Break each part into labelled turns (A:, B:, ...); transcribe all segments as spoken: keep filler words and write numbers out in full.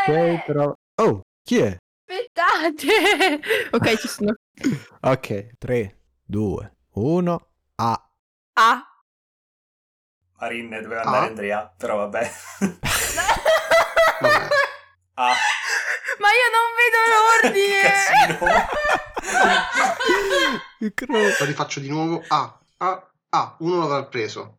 A: Ok, però... Oh, chi è?
B: Aspettate. Ok, ci sono.
A: Ok, tre, due, uno, A.
B: A.
C: Marin doveva andare
D: Ah.
C: Andrea, però vabbè.
D: Vabbè.
C: Ah,
B: Ma io non vedo l'ordine.
C: che casino.
D: Lo rifaccio di nuovo. A, A, A. Uno l'avrà preso.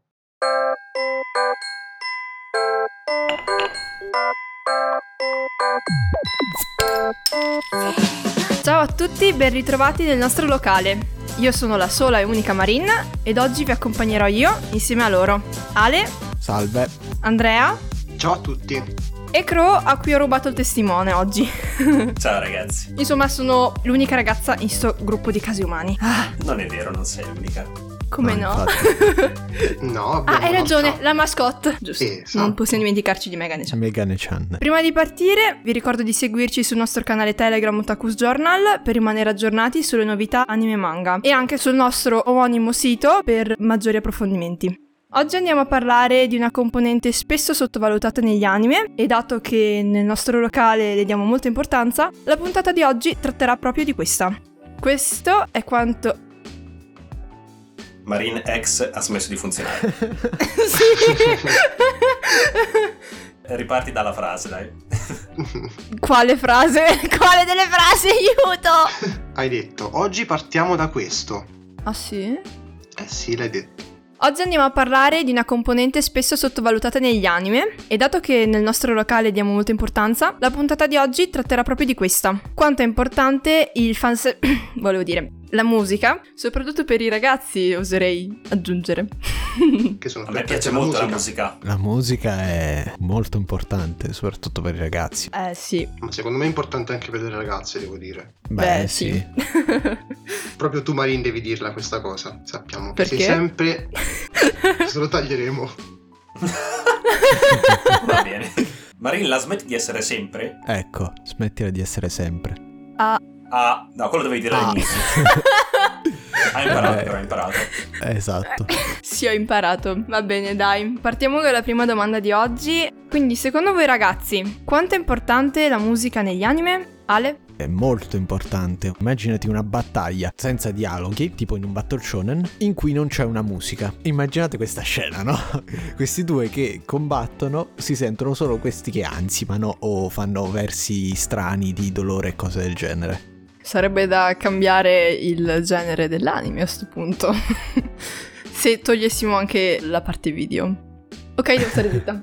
B: Ciao a tutti, ben ritrovati nel nostro locale. Io sono la sola e unica Marin ed oggi vi accompagnerò io insieme a loro, Ale,
A: Salve.
B: Andrea
D: Ciao a tutti.
B: e Crow, a cui ho rubato il testimone oggi.
C: Ciao ragazzi.
B: Insomma, sono l'unica ragazza in sto gruppo di casi umani. Ah,
C: Non è vero, non sei l'unica.
B: come
A: No,
B: no?
D: No,
B: Ah,
D: abbiamo
B: hai ragione,
D: un'altra.
B: la mascotte. Giusto,
D: Esatto.
B: non possiamo dimenticarci di Megane Chan.
A: Megane Chan.
B: Prima di partire, vi ricordo di seguirci sul nostro canale Telegram Otakus Journal per rimanere aggiornati sulle novità anime e manga e anche sul nostro omonimo sito per maggiori approfondimenti. Oggi andiamo a parlare di una componente spesso sottovalutata negli anime e dato che nel nostro locale le diamo molta importanza, la puntata di oggi tratterà proprio di questa. Questo è quanto...
C: Marin X ha smesso di funzionare. Riparti dalla frase, dai.
B: Quale frase? Quale delle frasi? Aiuto!
D: Hai detto, oggi partiamo da questo.
B: Ah sì?
D: Eh sì, l'hai detto.
B: Oggi andiamo a parlare di una componente spesso sottovalutata negli anime e dato che nel nostro locale diamo molta importanza, la puntata di oggi tratterà proprio di questa. Quanto è importante il fans... volevo dire, la musica, soprattutto per i ragazzi, oserei aggiungere.
D: Che sono
C: A me
D: per
C: piace
D: la
C: molto la
D: musica.
C: musica.
A: La musica è molto importante, soprattutto per i ragazzi.
B: Eh sì.
D: Ma secondo me è importante anche per le ragazze, devo dire.
B: Beh, sì.
D: Proprio tu, Marin, devi dirla questa cosa. Sappiamo che
B: Perché?
D: sei sempre... Se lo taglieremo.
C: Va bene. Marin, la smetti di essere sempre?
A: Ecco, smettila di essere sempre.
B: Ah,
C: Ah, no, quello dovevi dire
A: Ah.
C: all'inizio. Hai imparato,
A: Eh.
C: però hai imparato.
A: Esatto.
B: sì, ho imparato. Va bene, dai. Partiamo con la prima domanda di oggi. Quindi, secondo voi ragazzi, quanto è importante la musica negli anime? Ale?
A: È molto importante. Immaginati una battaglia senza dialoghi, tipo in un battle shonen, in cui non c'è una musica. Immaginate questa scena, no? Questi due che combattono, si sentono solo questi che ansimano o fanno versi strani di dolore e cose del genere.
B: Sarebbe da cambiare il genere dell'anime a sto punto. Se togliessimo anche la parte video. Ok, devo stare zitta.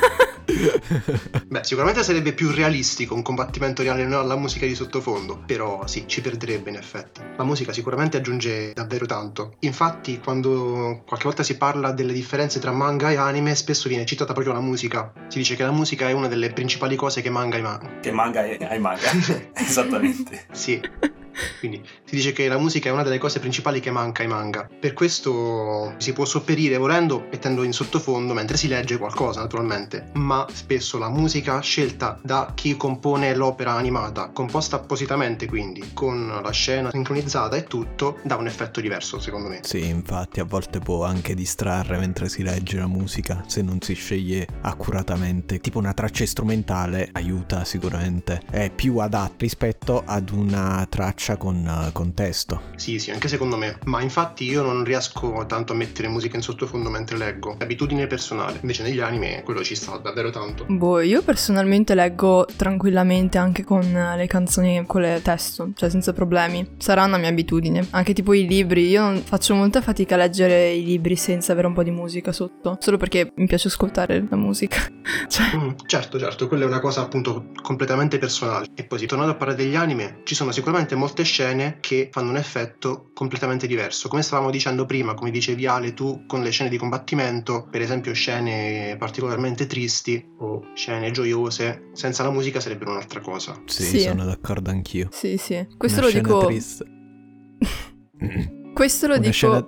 D: Beh, sicuramente sarebbe più realistico un combattimento reale, non la musica di sottofondo. Però sì, ci perderebbe in effetti. La musica sicuramente aggiunge davvero tanto. Infatti, quando qualche volta si parla delle differenze tra manga e anime, spesso viene citata proprio la musica. Si dice che la musica è una delle principali cose che manga e manga.
C: Che manga è- hai manga. Esattamente.
D: Sì. Quindi si dice che la musica è una delle cose principali che manca ai manga. Per questo si può sopperire volendo mettendo in sottofondo mentre si legge qualcosa, naturalmente. Ma spesso la musica scelta da chi compone l'opera animata, composta appositamente quindi, con la scena sincronizzata e tutto, dà un effetto diverso secondo me.
A: Sì, infatti a volte può anche distrarre mentre si legge la musica, se non si sceglie accuratamente. Tipo una traccia strumentale aiuta sicuramente, è più adatta rispetto ad una traccia con uh, contesto.
D: Sì, sì, anche secondo me. Ma infatti io non riesco tanto a mettere musica in sottofondo mentre leggo. È abitudine personale. Invece negli anime quello ci sta davvero tanto.
B: Boh, io personalmente leggo tranquillamente anche con le canzoni con le testo, cioè senza problemi. Sarà una mia abitudine. Anche tipo i libri, io non faccio molta fatica a leggere i libri senza avere un po' di musica sotto, solo perché mi piace ascoltare la musica. Cioè,
D: Mm, certo, certo, quella è una cosa appunto completamente personale. E poi, sì, tornando a parlare degli anime, ci sono sicuramente molte scene che fanno un effetto completamente diverso. Come stavamo dicendo prima, come dicevi Ale, tu con le scene di combattimento, per esempio scene particolarmente tristi o scene gioiose, senza la musica sarebbero un'altra cosa.
A: Sì,
B: Sì.
A: sono d'accordo anch'io.
B: sì, sì. Questo
A: Una
B: lo
A: scena
B: dico.
A: triste.
B: Questo lo
A: Una
B: dico.
A: scena-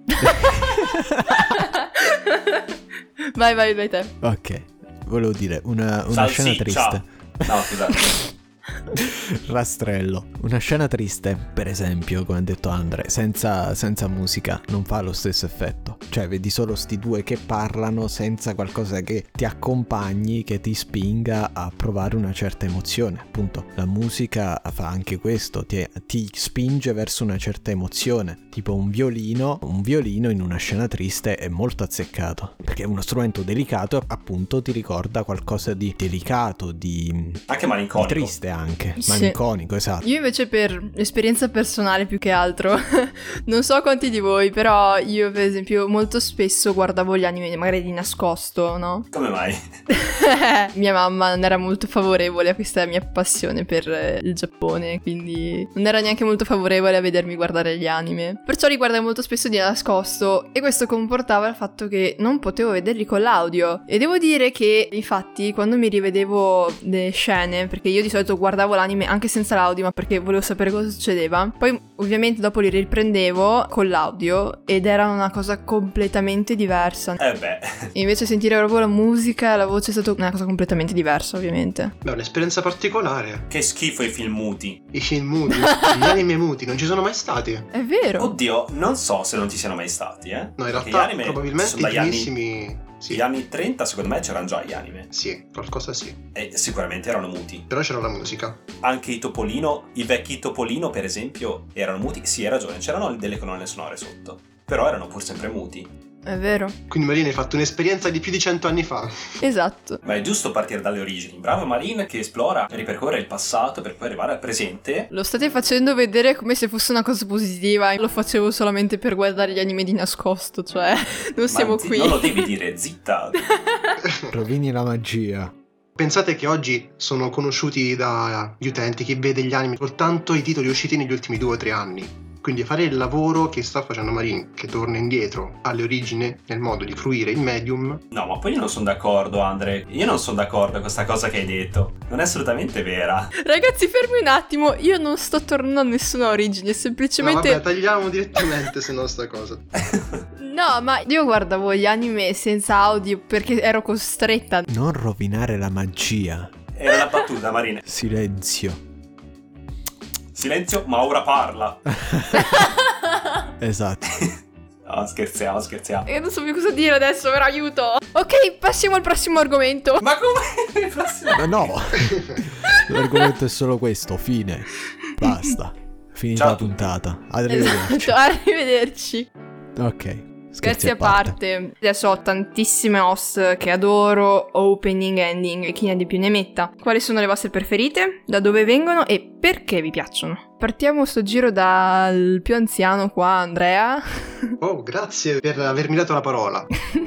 B: vai, vai, vai te.
A: Ok, volevo dire una, una
C: Salsiccia.
A: scena triste.
C: No, scusate.
A: Rastrello. Una scena triste, per esempio, come ha detto Andre, senza, senza musica non fa lo stesso effetto. Cioè vedi solo sti due che parlano senza qualcosa che ti accompagni, che ti spinga a provare una certa emozione. Appunto, la musica fa anche questo, ti, ti spinge verso una certa emozione. Tipo un violino, un violino in una scena triste è molto azzeccato, perché è uno strumento delicato, appunto ti ricorda qualcosa di delicato, di...
C: anche malinconico.
A: Di triste anche,
B: Sì.
A: malinconico, esatto.
B: Io invece per esperienza personale più che altro, non so quanti di voi, però io per esempio molto spesso guardavo gli anime magari di nascosto, no?
C: Come mai?
B: Mia mamma non era molto favorevole a questa mia passione per eh, il Giappone, quindi non era neanche molto favorevole a vedermi guardare gli anime. Perciò li guardavo molto spesso di nascosto e questo comportava il fatto che non potevo vederli con l'audio. E devo dire che infatti quando mi rivedevo le scene, perché io di solito guardavo l'anime anche senza l'audio, ma perché volevo sapere cosa succedeva, poi ovviamente dopo li riprendevo con l'audio ed era una cosa completamente diversa.
C: Eh beh.
B: E invece sentire proprio la musica e la voce è stata una cosa completamente diversa, ovviamente.
D: Beh, un'esperienza particolare.
C: Che schifo i film muti.
D: I film muti, gli anime muti, non ci sono mai stati.
B: È vero.
C: Oddio, non so se non ci siano mai stati, eh.
D: No, in
C: Perché
D: realtà
C: gli anime
D: probabilmente
C: sono
D: i
C: dagli anni,
D: primissimi... Sì,
C: gli anni trenta secondo me c'erano già gli anime.
D: sì, qualcosa sì.
C: E sicuramente erano muti.
D: Però c'era la musica.
C: Anche i Topolino, i vecchi Topolino per esempio, erano muti. Sì, hai ragione, c'erano delle colonne sonore sotto. Però erano pur sempre muti.
B: È vero.
D: Quindi Marina hai fatto un'esperienza di più di cento anni fa.
B: Esatto.
C: Ma è giusto partire dalle origini. Bravo Marine che esplora e ripercorre il passato per poi arrivare al presente.
B: Lo state facendo vedere come se fosse una cosa positiva. Io lo facevo solamente per guardare gli anime di nascosto, cioè non siamo
C: Ma zi-
B: qui.
C: non lo devi dire, zitta.
A: Rovini la magia.
D: Pensate che oggi sono conosciuti dagli utenti, chi vede gli anime, soltanto i titoli usciti negli ultimi due o tre anni. Quindi fare il lavoro che sta facendo Marin, che torna indietro alle origini nel modo di fruire il medium.
C: No, ma poi io non sono d'accordo, Andre. Io non sono d'accordo con questa cosa che hai detto. Non è assolutamente vera.
B: Ragazzi, fermi un attimo. Io non sto tornando a nessuna origine,
D: No,
B: semplicemente...
D: vabbè, tagliamo direttamente se no sta cosa.
B: No, ma io guardavo gli anime senza audio perché ero costretta.
A: Non rovinare la magia.
C: Era la battuta, Marine.
A: Silenzio.
C: Silenzio, Maura parla.
A: Esatto.
C: No, scherziamo, scherziamo.
B: Io non so più cosa dire adesso, però aiuto. Ok, passiamo al prossimo argomento.
C: Ma come? Il prossimo-
A: Ma no. L'argomento è solo questo. Fine. Basta. Finita
C: Ciao a
A: la
C: tutti.
A: puntata. Arrivederci.
B: Esatto, arrivederci.
A: Ok. Scherzi
B: Grazie a parte. Adesso ho tantissime host che adoro, opening, ending e chi ne ha di più ne metta. Quali sono le vostre preferite? Da dove vengono e perché vi piacciono? Partiamo sto giro dal più anziano qua, Andrea.
D: Oh, grazie per avermi dato la parola.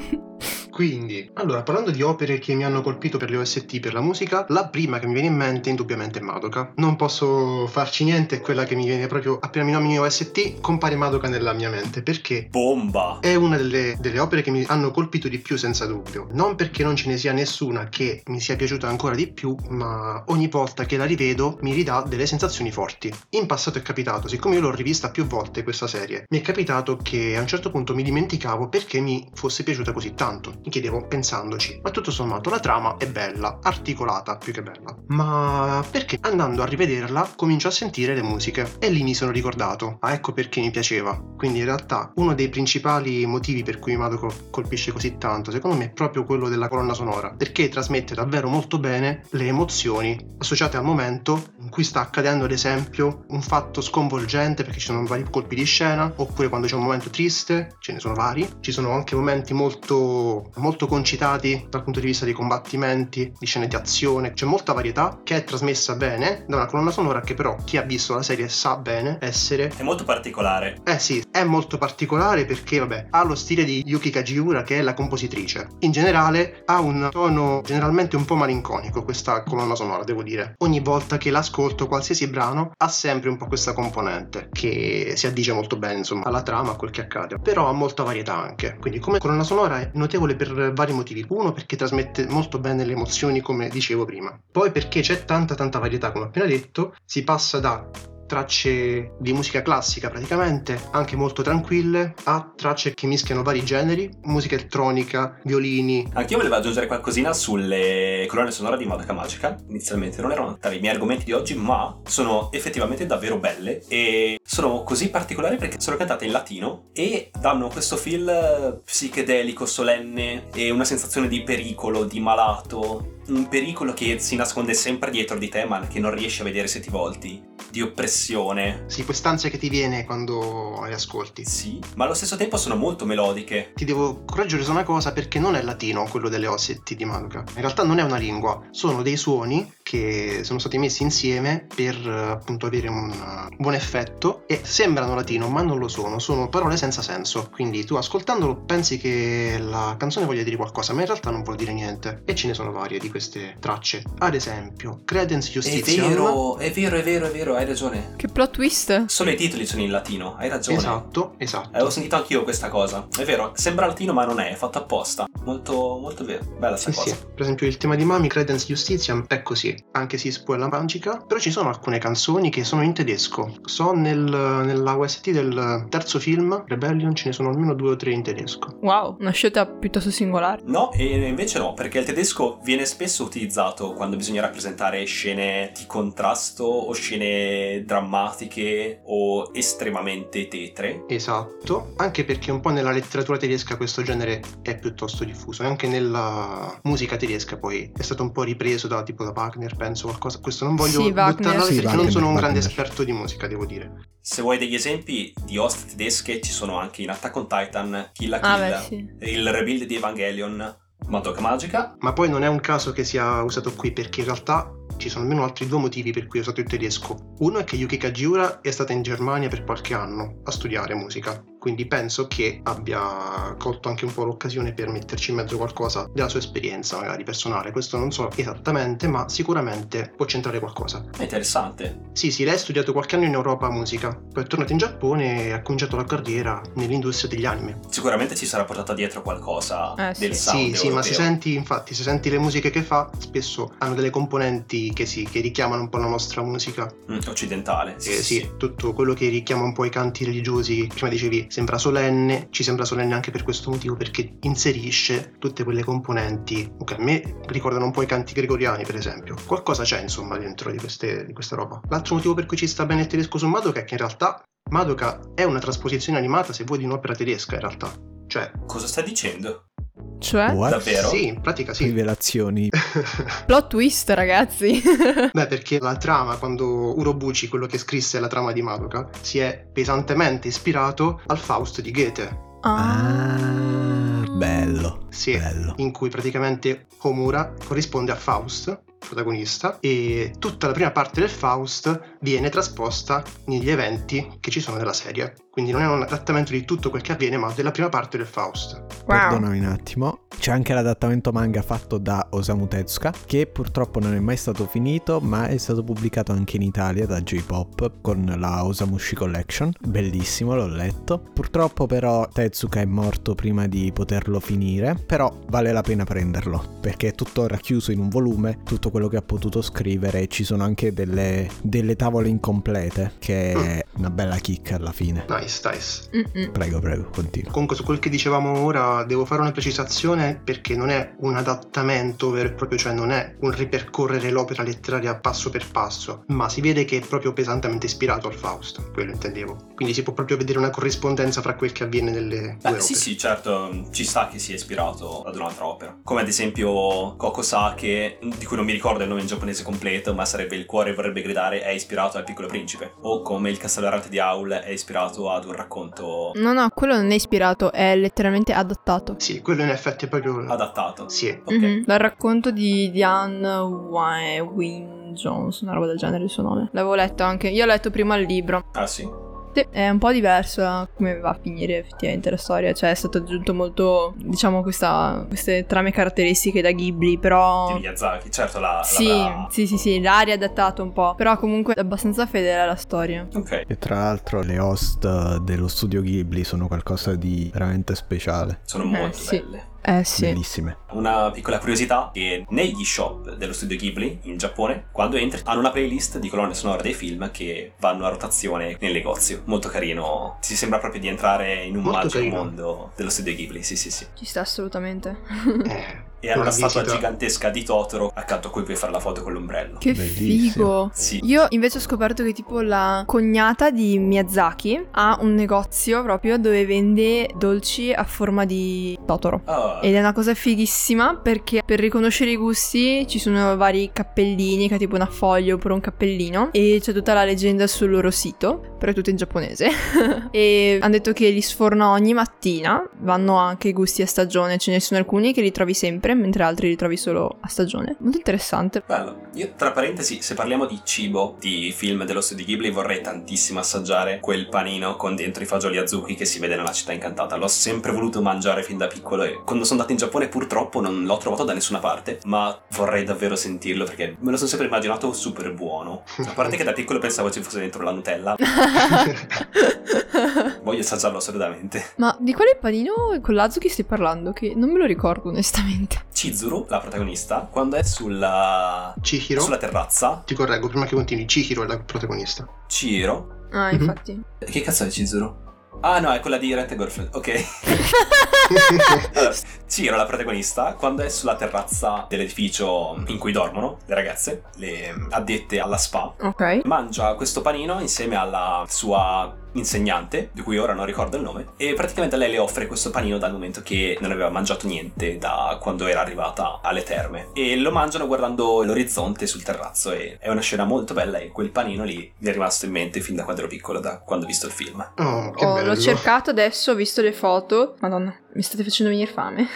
D: Quindi, allora, parlando di opere che mi hanno colpito per le O S T, per la musica, la prima che mi viene in mente indubbiamente è Madoka. Non posso farci niente, è quella che mi viene proprio, appena mi nomini O S T, compare Madoka nella mia mente, perché
C: Bomba.
D: è una delle, delle opere che mi hanno colpito di più senza dubbio. Non perché non ce ne sia nessuna che mi sia piaciuta ancora di più, ma ogni volta che la rivedo mi ridà delle sensazioni forti. In passato è capitato, siccome io l'ho rivista più volte questa serie, mi è capitato che a un certo punto mi dimenticavo perché mi fosse piaciuta così tanto. Mi chiedevo, pensandoci, ma tutto sommato la trama è bella, articolata più che bella, ma perché andando a rivederla comincio a sentire le musiche e lì mi sono ricordato, ah, ecco perché mi piaceva. Quindi in realtà uno dei principali motivi per cui Madoka colpisce così tanto secondo me è proprio quello della colonna sonora, perché trasmette davvero molto bene le emozioni associate al momento in cui sta accadendo, ad esempio un fatto sconvolgente, perché ci sono vari colpi di scena, oppure quando c'è un momento triste, ce ne sono vari, ci sono anche momenti molto molto concitati dal punto di vista dei combattimenti, di scene di azione, c'è molta varietà che è trasmessa bene da una colonna sonora che però chi ha visto la serie sa bene essere...
C: È molto particolare.
D: Eh sì, è molto particolare perché vabbè, ha lo stile di Yuki Kajiura che è la compositrice. In generale ha un tono generalmente un po' malinconico questa colonna sonora, devo dire. Ogni volta che l'ascolto, qualsiasi brano ha sempre un po' questa componente che si addice molto bene insomma alla trama, a quel che accade, però ha molta varietà anche. Quindi come colonna sonora è notevole per vari motivi. Uno, perché trasmette molto bene le emozioni come dicevo prima, poi perché c'è tanta tanta varietà, come ho appena detto, si passa da tracce di musica classica praticamente, anche molto tranquille, a tracce che mischiano vari generi, musica elettronica, violini.
C: Anch'io volevo aggiungere qualcosina sulle colonne sonore di Madoka Magica. Inizialmente non erano tra i miei argomenti di oggi, ma sono effettivamente davvero belle e sono così particolari perché sono cantate in latino e danno questo feel psichedelico, solenne e una sensazione di pericolo, di malato, un pericolo che si nasconde sempre dietro di te ma che non riesci a vedere se ti volti, di oppressione.
D: Sì, quest'ansia che ti viene quando le ascolti.
C: Sì, ma allo stesso tempo sono molto melodiche.
D: Ti devo correggere su una cosa, perché non è latino quello delle O S T di Madoka. In realtà non è una lingua, sono dei suoni che sono stati messi insieme per appunto avere un buon effetto e sembrano latino ma non lo sono, sono parole senza senso, quindi tu ascoltandolo pensi che la canzone voglia dire qualcosa ma in realtà non vuol dire niente, e ce ne sono varie di queste tracce. Ad esempio Credence Justitiam.
C: È vero, è vero, è vero, è vero, hai ragione.
B: Che plot twist.
C: Solo i titoli sono in latino, hai ragione.
D: Esatto, esatto.
C: Avevo sentito anch'io questa cosa. È vero, sembra latino ma non è, è fatto apposta. Molto, molto vero. Bella sta
D: Sì,
C: cosa.
D: sì. Per esempio il tema di Mami, Credence Justitiam, è così. Anche si spuella magica, però ci sono alcune canzoni che sono in tedesco. So nel, nella O S T del terzo film, Rebellion, ce ne sono almeno due o tre in tedesco.
B: Wow, una scelta piuttosto singolare.
C: No, e invece no, perché il tedesco viene spesso utilizzato quando bisogna rappresentare scene di contrasto o scene drammatiche o estremamente tetre.
D: Esatto, anche perché un po' nella letteratura tedesca questo genere è piuttosto diffuso, e anche nella musica tedesca poi è stato un po' ripreso da tipo da Wagner, penso, qualcosa. Questo non voglio
B: Sì, Wagner.
D: buttarla
A: Sì,
D: perché
A: Wagner,
D: non sono un
A: Wagner.
D: grande esperto di musica, devo dire.
C: Se vuoi degli esempi di host tedesche ci sono anche in Attack on Titan, Kill la Kill,
B: Ah, beh, sì.
C: il rebuild di Evangelion, Madoka Magica.
D: Ma poi non è un caso che sia usato qui, perché in realtà ci sono almeno altri due motivi per cui ho usato il tedesco. Uno è che Yuki Kajiura è stata in Germania per qualche anno a studiare musica, quindi penso che abbia colto anche un po' l'occasione per metterci in mezzo qualcosa della sua esperienza, magari personale. Questo non so esattamente, ma sicuramente può c'entrare qualcosa.
C: È interessante.
D: Sì, sì, lei ha studiato qualche anno in Europa musica, poi è tornata in Giappone e ha cominciato la carriera nell'industria degli anime.
C: Sicuramente ci sarà portata dietro qualcosa
B: Eh,
C: del
B: sì.
C: sound
D: Sì,
C: europeo.
D: sì, ma se senti, infatti, se senti le musiche che fa, spesso hanno delle componenti che sì, che richiamano un po' la nostra musica.
C: Mm, occidentale. Sì,
D: Eh,
C: sì,
D: sì,
C: sì.
D: tutto quello che richiama un po' i canti religiosi, prima dicevi, sembra solenne, ci sembra solenne anche per questo motivo, perché inserisce tutte quelle componenti che a me ricordano un po' i canti gregoriani, per esempio. Qualcosa c'è, insomma, dentro di, queste, di questa roba. L'altro motivo per cui ci sta bene il tedesco su Madoka è che in realtà Madoka è una trasposizione animata, se vuoi, di un'opera tedesca, in realtà. Cioè,
C: Cosa stai dicendo?
B: Cioè?
A: What?
C: Davvero?
D: sì, in pratica sì.
A: Rivelazioni.
B: Plot twist, ragazzi.
D: Beh, perché la trama, quando Urobuchi, quello che scrisse la trama di Madoka, si è pesantemente ispirato al Faust di Goethe.
A: Ah, bello.
D: Sì,
A: Bello.
D: in cui praticamente Homura corrisponde a Faust, protagonista, e tutta la prima parte del Faust viene trasposta negli eventi che ci sono nella serie. Quindi non è un adattamento di tutto quel che avviene, ma della prima parte del Faust.
B: Wow.
A: Perdonami un attimo. C'è anche l'adattamento manga fatto da Osamu Tezuka, che purtroppo non è mai stato finito, ma è stato pubblicato anche in Italia da J-Pop con la Osamushi Collection. Bellissimo, l'ho letto. Purtroppo però Tezuka è morto prima di poterlo finire, però vale la pena prenderlo, perché è tutto racchiuso in un volume, tutto quello che ha potuto scrivere, e ci sono anche delle, delle tavole incomplete, che è una bella chicca alla fine.
D: Nice, nice.
B: Mm-mm.
A: Prego, prego, continua.
D: Comunque, su quel che dicevamo ora devo fare una precisazione, perché non è un adattamento vero e proprio, cioè non è un ripercorrere l'opera letteraria passo per passo, ma si vede che è proprio pesantemente ispirato al Faust, quello intendevo. Quindi si può proprio vedere una corrispondenza fra quel che avviene nelle due
C: Beh,
D: opere.
C: sì, sì, certo, ci sta che sia ispirato ad un'altra opera. Come ad esempio Kokosake, di cui non mi ricordo il nome in giapponese completo, ma sarebbe Il cuore vorrebbe gridare, è ispirato al Piccolo Principe. O come Il castello errante di Howl è ispirato ad un racconto
B: No, no, quello non è ispirato, è letteralmente adattato.
D: Sì, quello in effetti è proprio...
C: adattato.
D: Sì.
C: Ok.
B: Mhm. Dal racconto di Diane Wynne Jones, una roba del genere il suo nome. L'avevo letto anche, io ho letto prima il libro.
C: Ah sì?
B: Sì, è un po' diversa come va a finire effettivamente la storia, cioè è stato aggiunto molto, diciamo, questa, queste trame caratteristiche da Ghibli, però...
C: Di Miyazaki, certo la...
B: Sì,
C: l'avrà-
B: sì, sì, sì, l'ha riadattato un po', però comunque è abbastanza fedele alla storia.
C: Ok.
A: E tra l'altro le host dello studio Ghibli sono qualcosa di veramente speciale.
C: Sono
B: Eh,
C: molto
B: sì.
C: belle.
B: Eh sì.
A: Bellissime.
C: Una piccola curiosità, che negli shop dello studio Ghibli in Giappone, quando entri, hanno una playlist di colonne sonore dei film che vanno a rotazione nel negozio. Molto carino, ti sembra proprio di entrare in un
D: Molto
C: magico
D: carino.
C: mondo dello studio Ghibli, sì sì sì.
B: Ci sta assolutamente.
D: Eh,
C: E hanno una statua
D: visita.
C: gigantesca di Totoro accanto a cui puoi fare la foto con l'ombrello.
B: Che
A: Bellissimo.
B: figo.
C: Sì.
B: Io invece ho scoperto che tipo la cognata di Miyazaki ha un negozio proprio dove vende dolci a forma di Totoro.
C: Ah,
B: Ed è una cosa fighissima perché per riconoscere i gusti ci sono vari cappellini, che è tipo una foglia oppure un cappellino, e c'è tutta la leggenda sul loro sito, però è tutto in giapponese. E hanno detto che li sforna ogni mattina, vanno anche i gusti a stagione, ce ne sono alcuni che li trovi sempre, mentre altri li trovi solo a stagione. Molto interessante.
C: bello. Io, tra parentesi, se parliamo di cibo, di film dello studio Ghibli, vorrei tantissimo assaggiare quel panino con dentro i fagioli azuki che si vede nella città incantata. L'ho sempre voluto mangiare fin da piccolo e quando sono andato in Giappone purtroppo non l'ho trovato da nessuna parte, ma vorrei davvero sentirlo perché me lo sono sempre immaginato super buono. A parte che da piccolo pensavo ci fosse dentro la Nutella. Voglio assaggiarlo assolutamente.
B: Ma di quale panino con l'Azuki stai parlando? Che non me lo ricordo onestamente.
C: Chizuru, la protagonista, quando è sulla
D: Chihiro,
C: sulla terrazza,
D: ti correggo prima che continui, Chihiro è la protagonista.
C: Chihiro.
B: Ah,
D: Mhm.
B: infatti.
C: Che cazzo è Chizuru? Ah no, è quella di Rent a Girlfriend, ok. Allora, Chihiro, la protagonista, quando è sulla terrazza dell'edificio in cui dormono le ragazze, le addette alla spa,
B: Ok.
C: mangia questo panino insieme alla sua insegnante, di cui ora non ricordo il nome, e praticamente lei le offre questo panino dal momento che non aveva mangiato niente da quando era arrivata alle terme, e lo mangiano guardando l'orizzonte sul terrazzo, e è una scena molto bella e quel panino lì mi è rimasto in mente fin da quando ero piccolo, da quando ho visto il film.
D: Oh, che
B: Oh,
D: bello.
B: l'ho cercato adesso, ho visto le foto. Madonna, mi state facendo venire fame.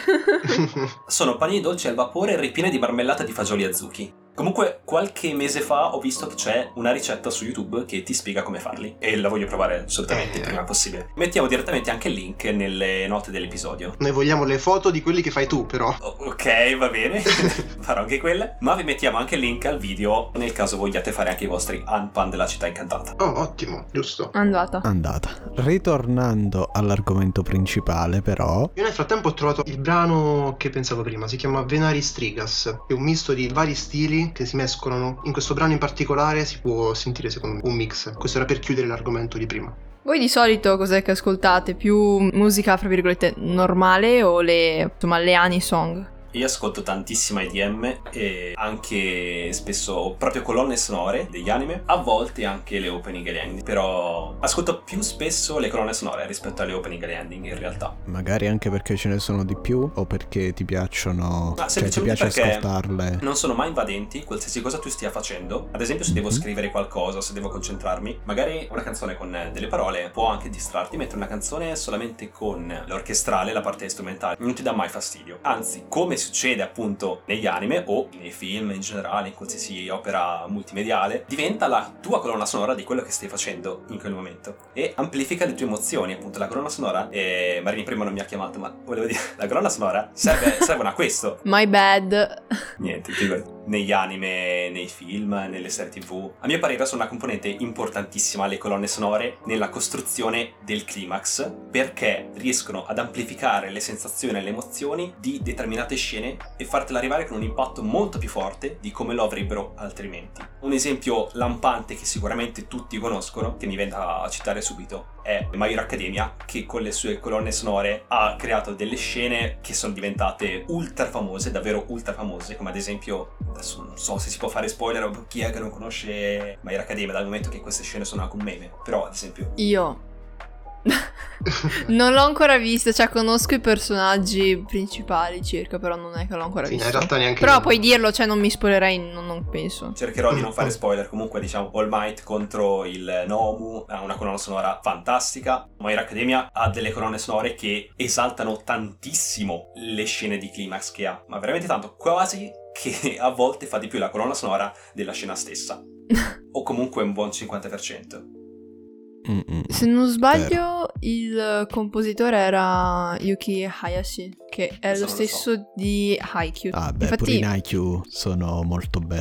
C: Sono panini dolci al vapore ripieni di marmellata di fagioli azuki. Comunque, qualche mese fa ho visto che c'è una ricetta su YouTube che ti spiega come farli e la voglio provare assolutamente il
D: Eh.
C: prima possibile. Mettiamo direttamente anche il link nelle note dell'episodio.
D: Noi vogliamo le foto di quelli che fai tu, però.
C: O- ok, va bene, farò anche quelle. Ma vi mettiamo anche il link al video nel caso vogliate fare anche i vostri unpan della città incantata.
D: Oh, ottimo, giusto.
B: Andata.
A: Andata. Ritornando all'argomento principale, però,
D: Io nel frattempo ho trovato il brano che pensavo prima, si chiama Venari Strigas, è un misto di vari stili che si mescolano. In questo brano in particolare si può sentire secondo me un mix. Questo era per chiudere l'argomento di prima.
B: Voi di solito cos'è che ascoltate? Più musica, fra virgolette, normale o le, insomma, le Ani song?
C: Io ascolto tantissima I D M e anche spesso proprio colonne sonore degli anime, a volte anche le opening e le ending, però ascolto più spesso le colonne sonore rispetto alle opening e le ending in realtà.
A: magari anche perché ce ne sono di più o perché ti piacciono,
C: Ma
A: cioè ti
C: semplicemente
A: piace
C: perché
A: ascoltarle.
C: non sono mai invadenti, qualsiasi cosa tu stia facendo. Ad esempio, se devo
A: Mhm.
C: scrivere qualcosa, se devo concentrarmi, magari una canzone con delle parole può anche distrarti, mentre una canzone solamente con l'orchestrale, la parte strumentale, non ti dà mai fastidio. Anzi, come succede appunto negli anime o nei film in generale, in qualsiasi opera multimediale, diventa la tua colonna sonora di quello che stai facendo in quel momento e amplifica le tue emozioni. Appunto, la colonna sonora, e Marini prima non mi ha chiamato, ma volevo dire, la colonna sonora serve, servono a questo.
B: My bad.
C: Niente, figurati. Negli anime, nei film, nelle serie tv, a mio parere sono una componente importantissima le colonne sonore nella costruzione del climax, perché riescono ad amplificare le sensazioni e le emozioni di determinate scene e fartela arrivare con un impatto molto più forte di come lo avrebbero altrimenti. Un esempio lampante che sicuramente tutti conoscono, che mi viene a citare subito, è My Hero Academia, che con le sue colonne sonore ha creato delle scene che sono diventate ultra famose, davvero ultra famose, come ad esempio, adesso non so se si può fare spoiler o chi è che non conosce My Hero Academia, dal momento che queste scene sono anche un meme, però ad esempio
B: Io non l'ho ancora vista, cioè conosco i personaggi principali circa, però non è che l'ho ancora
D: Sì, in
B: visto.
D: realtà neanche
B: Però
D: io.
B: puoi dirlo, cioè non mi spoilerei, non, non penso.
C: cercherò di non fare spoiler. Comunque, diciamo, All Might contro il Nomu ha una colonna sonora fantastica. My Hero Academia ha delle colonne sonore che esaltano tantissimo le scene di climax che ha, ma veramente tanto, quasi che a volte fa di più la colonna sonora della scena stessa, o comunque un buon cinquanta per cento.
A: Mm-mm.
B: Se non sbaglio, il compositore era Yuki Hayashi, che è
C: Questo
B: lo
C: non lo
B: stesso di Haikyuu.
A: Ah beh, pure
B: Infatti,
A: in I Q sono molto belle.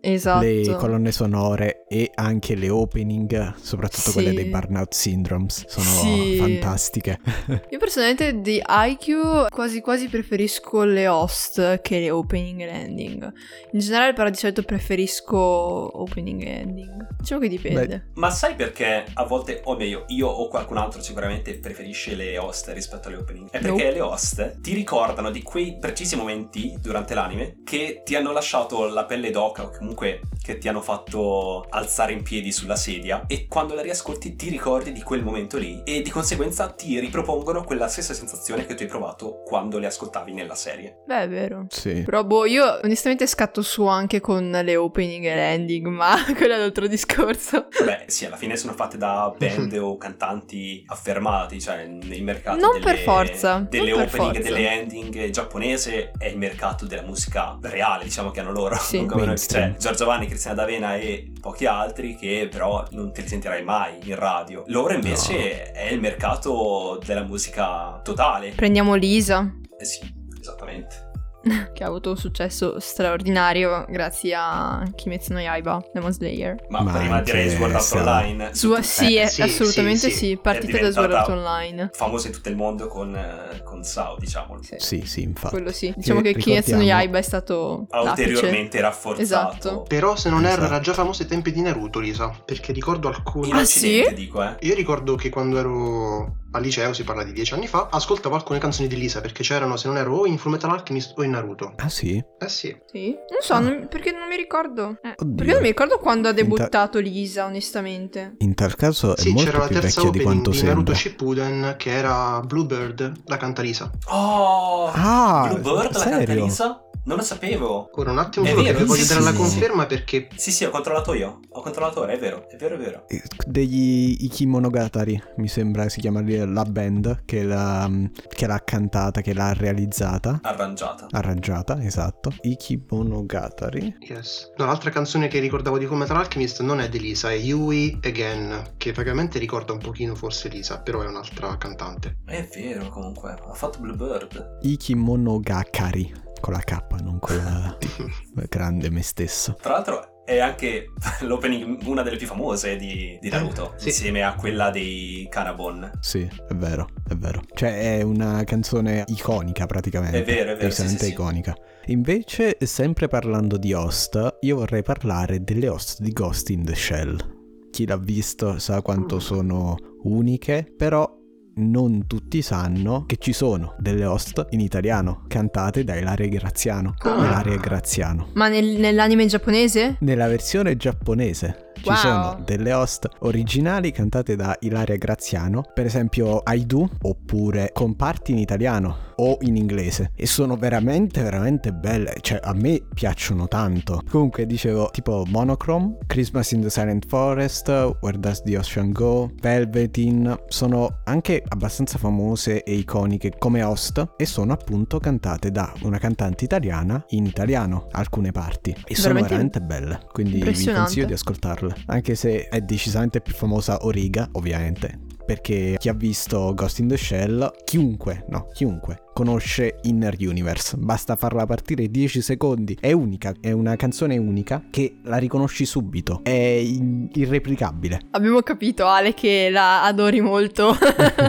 B: Esatto.
A: Le colonne sonore e anche le opening, soprattutto
B: Sì.
A: quelle dei Burnout Syndromes, sono
B: Sì.
A: fantastiche.
B: Io personalmente di I Q quasi quasi preferisco le host che le opening e ending. In generale però di solito preferisco opening e ending. Diciamo che dipende.
C: Ma sai perché a volte, o meglio, io o qualcun altro sicuramente preferisce le host rispetto alle opening? È perché
B: Nope.
C: le host ti ricordano di quei precisi momenti durante l'anime che ti hanno lasciato la pelle d'oca o comunque che ti hanno fatto alzare in piedi sulla sedia, e quando la riascolti ti ricordi di quel momento lì e di conseguenza ti ripropongono quella stessa sensazione che tu hai provato quando le ascoltavi nella serie.
B: Beh, è vero.
A: Sì.
B: Però boh, io onestamente scatto su anche con le opening e le ending, ma quello è un altro discorso.
C: Beh, sì, alla fine sono fatte da band o cantanti affermati, cioè nel mercato
B: Non
C: delle,
B: per forza,
C: delle
B: non per
C: opening e
B: forza.
C: delle ending giapponese è il mercato della musica reale, diciamo che hanno loro.
B: Sì.
C: Non come noi,
A: Mainstream.
C: cioè Giorgio Vanni, Cristiana D'Avena e pochi altri che però non te li sentirai mai in radio. Loro invece è il mercato della musica totale.
B: Prendiamo Lisa,
C: Eh sì, esattamente.
B: che ha avuto un successo straordinario grazie a Kimetsu no Yaiba, Demon Slayer.
C: Ma,
A: Ma
C: prima
A: anche
C: direi Sword Art
A: se-
C: Online.
B: Su, sì,
D: Eh,
B: è-
D: sì,
B: assolutamente
D: sì,
B: sì,
D: sì.
B: partita
C: È
B: da Sword Art
C: diventata
B: Online.
C: famosa in tutto il mondo con, eh, con Sao, diciamo.
B: Sì.
A: Sì, sì, infatti.
B: Quello sì. Diciamo che,
A: Che
B: Kimetsu no
A: ricordiamo-
B: Yaiba è stato
C: Ha
B: l'apice.
C: ulteriormente rafforzato.
B: Esatto.
D: Però se non erro
A: Esatto.
D: era già famoso ai tempi di Naruto, Lisa, perché ricordo alcuni...
C: In
B: Ah,
C: Occidente
B: sì?
C: dico, eh.
D: Io ricordo che quando ero al liceo, si parla di dieci anni fa, ascoltavo alcune canzoni di Lisa, perché c'erano, se non erro, o in Fullmetal Alchemist o in Naruto.
A: Ah sì?
D: Eh sì.
B: Sì? Non so,
A: Ah.
B: non- perché non mi ricordo. Eh,
A: Oddio.
B: perché non mi ricordo quando ha
A: In ta-
B: debuttato Lisa, onestamente.
A: In tal caso è
D: Sì, c'era
A: molto
D: la
A: più
D: terza
A: vecchia di
D: opening
A: quanto
D: di Naruto
A: sembra.
D: Shippuden, che era Bluebird, la canta Lisa.
C: Oh!
A: Ah,
C: Bluebird, la canta
A: serio?
C: Lisa? Non lo sapevo.
D: Ora un attimo
C: È
D: solo
C: vero,
D: che vi voglio
C: sì,
D: dare
C: sì,
D: la
C: sì,
D: conferma perché
C: Sì, sì, ho controllato io. Ho controllato ora, è vero, è vero, è vero.
A: Eh, Degli Ikimonogatari, mi sembra si chiama lì la band che l'ha, che l'ha cantata, che l'ha realizzata,
C: Arrangiata.
A: arrangiata, esatto. Ikimonogatari.
D: yes. No, l'altra canzone che ricordavo di Fullmetal Alchemist non è di Lisa, è Yui Again, che vagamente ricorda un pochino forse Lisa, però è un'altra cantante.
C: È vero, comunque. Ha fatto Bluebird.
A: Ikimonogakari, con la K, non con la T. Grande me stesso.
C: Tra l'altro è anche l'opening, una delle più famose di, di Naruto,
D: sì.
C: insieme a quella dei Kanabon.
A: Sì, è vero, è vero. Cioè è una canzone iconica praticamente.
C: È vero, è vero, sì,
A: Decisamente
C: sì, sì.
A: iconica. Invece, sempre parlando di host, io vorrei parlare delle host di Ghost in the Shell. Chi l'ha visto sa quanto
D: Mm.
A: sono uniche, però non tutti sanno che ci sono delle host in italiano cantate da Ilaria Graziano.
B: Come?
A: Ilaria Graziano.
B: Ma nel- nell'anime giapponese?
A: Nella versione giapponese ci
B: Wow.
A: sono delle host originali cantate da Ilaria Graziano, per esempio I Do, oppure con parti in italiano o in inglese, e sono veramente veramente belle, cioè a me piacciono tanto. Comunque dicevo tipo Monochrome, Christmas in the Silent Forest, Where Does the Ocean Go, Velveteen, sono anche abbastanza famose e iconiche come host e sono appunto cantate da una cantante italiana in italiano, alcune parti, e sono
B: Veramente
A: veramente belle, quindi vi
B: impressionante.
A: consiglio di ascoltarle, anche se è decisamente più famosa Origa, ovviamente, perché chi ha visto Ghost in the Shell, chiunque, no, chiunque conosce Inner Universe, basta farla partire dieci secondi, è unica, è una canzone unica che la riconosci subito, è in- irreplicabile.
B: Abbiamo capito, Ale, che la adori molto.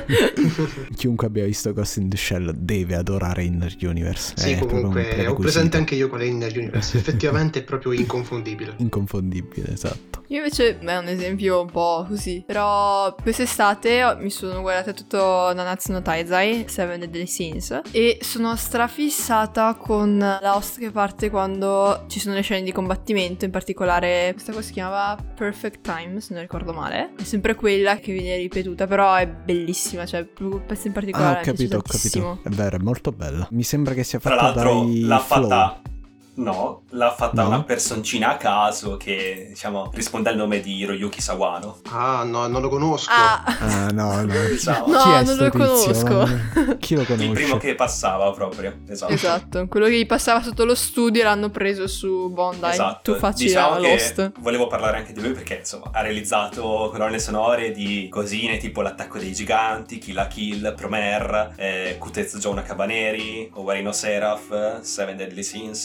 A: Chiunque abbia visto Ghost in the Shell deve adorare Inner Universe.
D: Sì,
A: è proprio un
D: comunque ho
A: prerequisito.
D: presente anche io qual è Inner Universe, effettivamente è proprio inconfondibile.
A: Inconfondibile, esatto.
B: Io invece, beh, è un esempio un po' così. Però quest'estate ho- mi sono guardata tutto Nanatsu no Taizai, Seven Deadly Sins, e sono strafissata con la host che parte quando ci sono le scene di combattimento, in particolare questa cosa si chiamava Perfect Time, se non ricordo male. È sempre quella che viene ripetuta, però è bellissima, cioè proprio questo in
A: Ah,
B: particolare
A: ho
B: mi piace
A: capito, ho
B: tantissimo.
A: capito. È vero, è molto bella. Mi sembra che sia
C: Tra
A: fatta
C: l'altro
A: dai
C: l'ha
A: Flow.
C: fatta... No, l'ha fatta
A: No?
C: una personcina a caso che, diciamo, risponde al nome di Hiroyuki Sawano.
D: Ah, no, non lo conosco.
B: Ah,
A: Ah, no, no.
C: Diciamo.
B: No,
A: Chi è
B: non
A: sto
B: lo
A: tizio?
B: conosco.
A: Chi lo conosce?
C: Il primo che passava proprio, esatto.
B: esatto, quello che gli passava sotto lo studio l'hanno preso su Bondi.
C: Esatto.
B: Tu facci
C: Diciamo
B: la
C: che
B: Lost.
C: volevo parlare anche di lui perché insomma ha realizzato colonne sonore di cosine tipo L'attacco dei giganti, Kill la Kill, Promare, eh, Kutetsu Jouna Cabaneri, Owarino Seraph, Seven Deadly Sins, Recreation,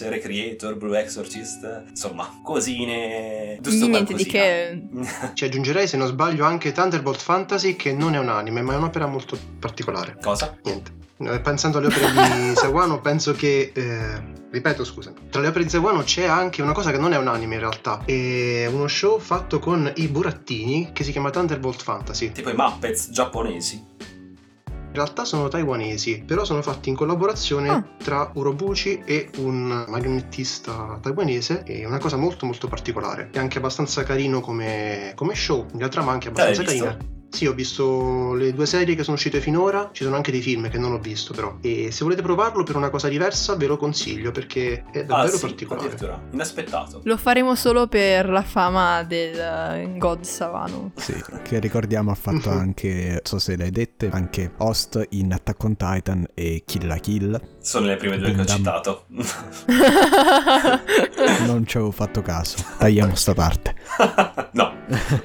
C: Gladiator, Blue Exorcist, insomma, cosine giusto
B: Niente di
C: qualcosina.
B: che.
D: Ci aggiungerei, se non sbaglio, anche Thunderbolt Fantasy, che non è un anime, ma è un'opera molto particolare.
C: Cosa?
D: Niente. Eh, Pensando alle opere di Sawano, penso che, eh, ripeto, scusa, tra le opere di Sawano c'è anche una cosa che non è un anime in realtà, è uno show fatto con i burattini che si chiama Thunderbolt Fantasy.
C: Tipo i Muppets giapponesi.
D: In realtà sono taiwanesi, però sono fatti in collaborazione
B: Ah.
D: tra Urobuchi e un marionettista taiwanese. È una cosa molto molto particolare. È anche abbastanza carino come, come show, la trama è anche
C: Te l'hai
D: abbastanza
C: visto?
D: carina. Sì, ho visto le due serie che sono uscite finora, ci sono anche dei film che non ho visto però. E se volete provarlo per una cosa diversa ve lo consiglio perché è
C: Ah
D: davvero
C: sì,
D: particolare.
C: addirittura. Inaspettato.
B: Lo faremo solo per la fama del eh, God Savano.
A: Sì, che ricordiamo ha fatto anche, non so se l'hai dette, anche host in Attack on Titan e Kill la Kill.
C: Sono le prime due che ho
A: Gundam.
C: citato.
A: Non ci avevo fatto caso. Tagliamo sta parte.
C: No.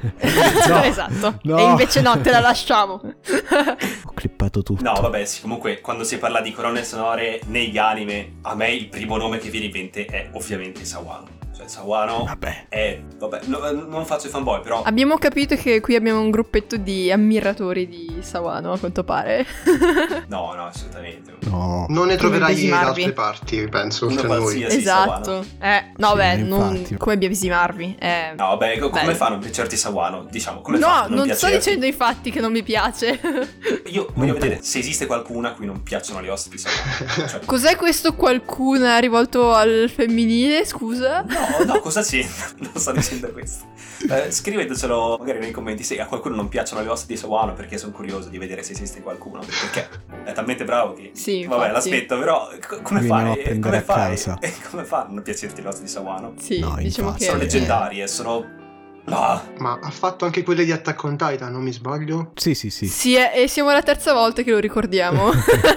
A: No.
B: Esatto.
A: No.
B: E invece no, te la lasciamo.
A: Ho clippato tutto.
C: No, vabbè, sì, comunque quando si parla di colonne sonore negli anime, a me il primo nome che viene in mente è ovviamente Sawano. Cioè Sawano
A: Vabbè.
C: è, vabbè, no, non faccio i fanboy, però
B: Abbiamo capito che qui abbiamo un gruppetto di ammiratori di Sawano, a quanto pare.
C: no, no, assolutamente.
A: No.
D: Non ne troverai da
B: biasimarvi.
D: altre parti, penso,
C: Uno
D: oltre a noi.
C: qualsiasi.
B: Esatto. Eh, no,
A: Sì,
B: beh,
A: infatti.
B: non come biasimarvi. Eh.
C: No, vabbè, co- come
B: Bello.
C: fanno a piacerti Sawano? Diciamo, come
B: No,
C: fa a
B: non sto
C: piacerti?
B: dicendo i fatti che non mi piace.
C: Io voglio
A: Non
C: vedere se esiste qualcuna a cui non piacciono le host di Sawano. Cioè,
B: Cos'è questo qualcuno rivolto al femminile, scusa?
C: no, no, cosa c'entra? Non sto dicendo questo. Eh, scrivetecelo magari nei commenti se a qualcuno non piacciono le host di Sawano, perché sono curioso di vedere se esiste qualcuno. Perché è talmente bravo che...
B: Sì,
C: Vabbè,
B: infatti.
C: l'aspetto, però co- come
A: Veniamo
C: fai?
A: a prendere
C: Come
A: a
C: fai?
A: casa.
C: E come fanno a non piacerti le host di Sawano?
B: Sì,
A: No,
B: diciamo
A: infatti.
B: che...
C: Sono
A: Eh.
C: leggendarie, sono... No.
D: Ma ha fatto anche quelle di Attack on Titan, non mi sbaglio?
A: Sì, sì, sì.
B: Sì, e e siamo la terza volta che lo ricordiamo.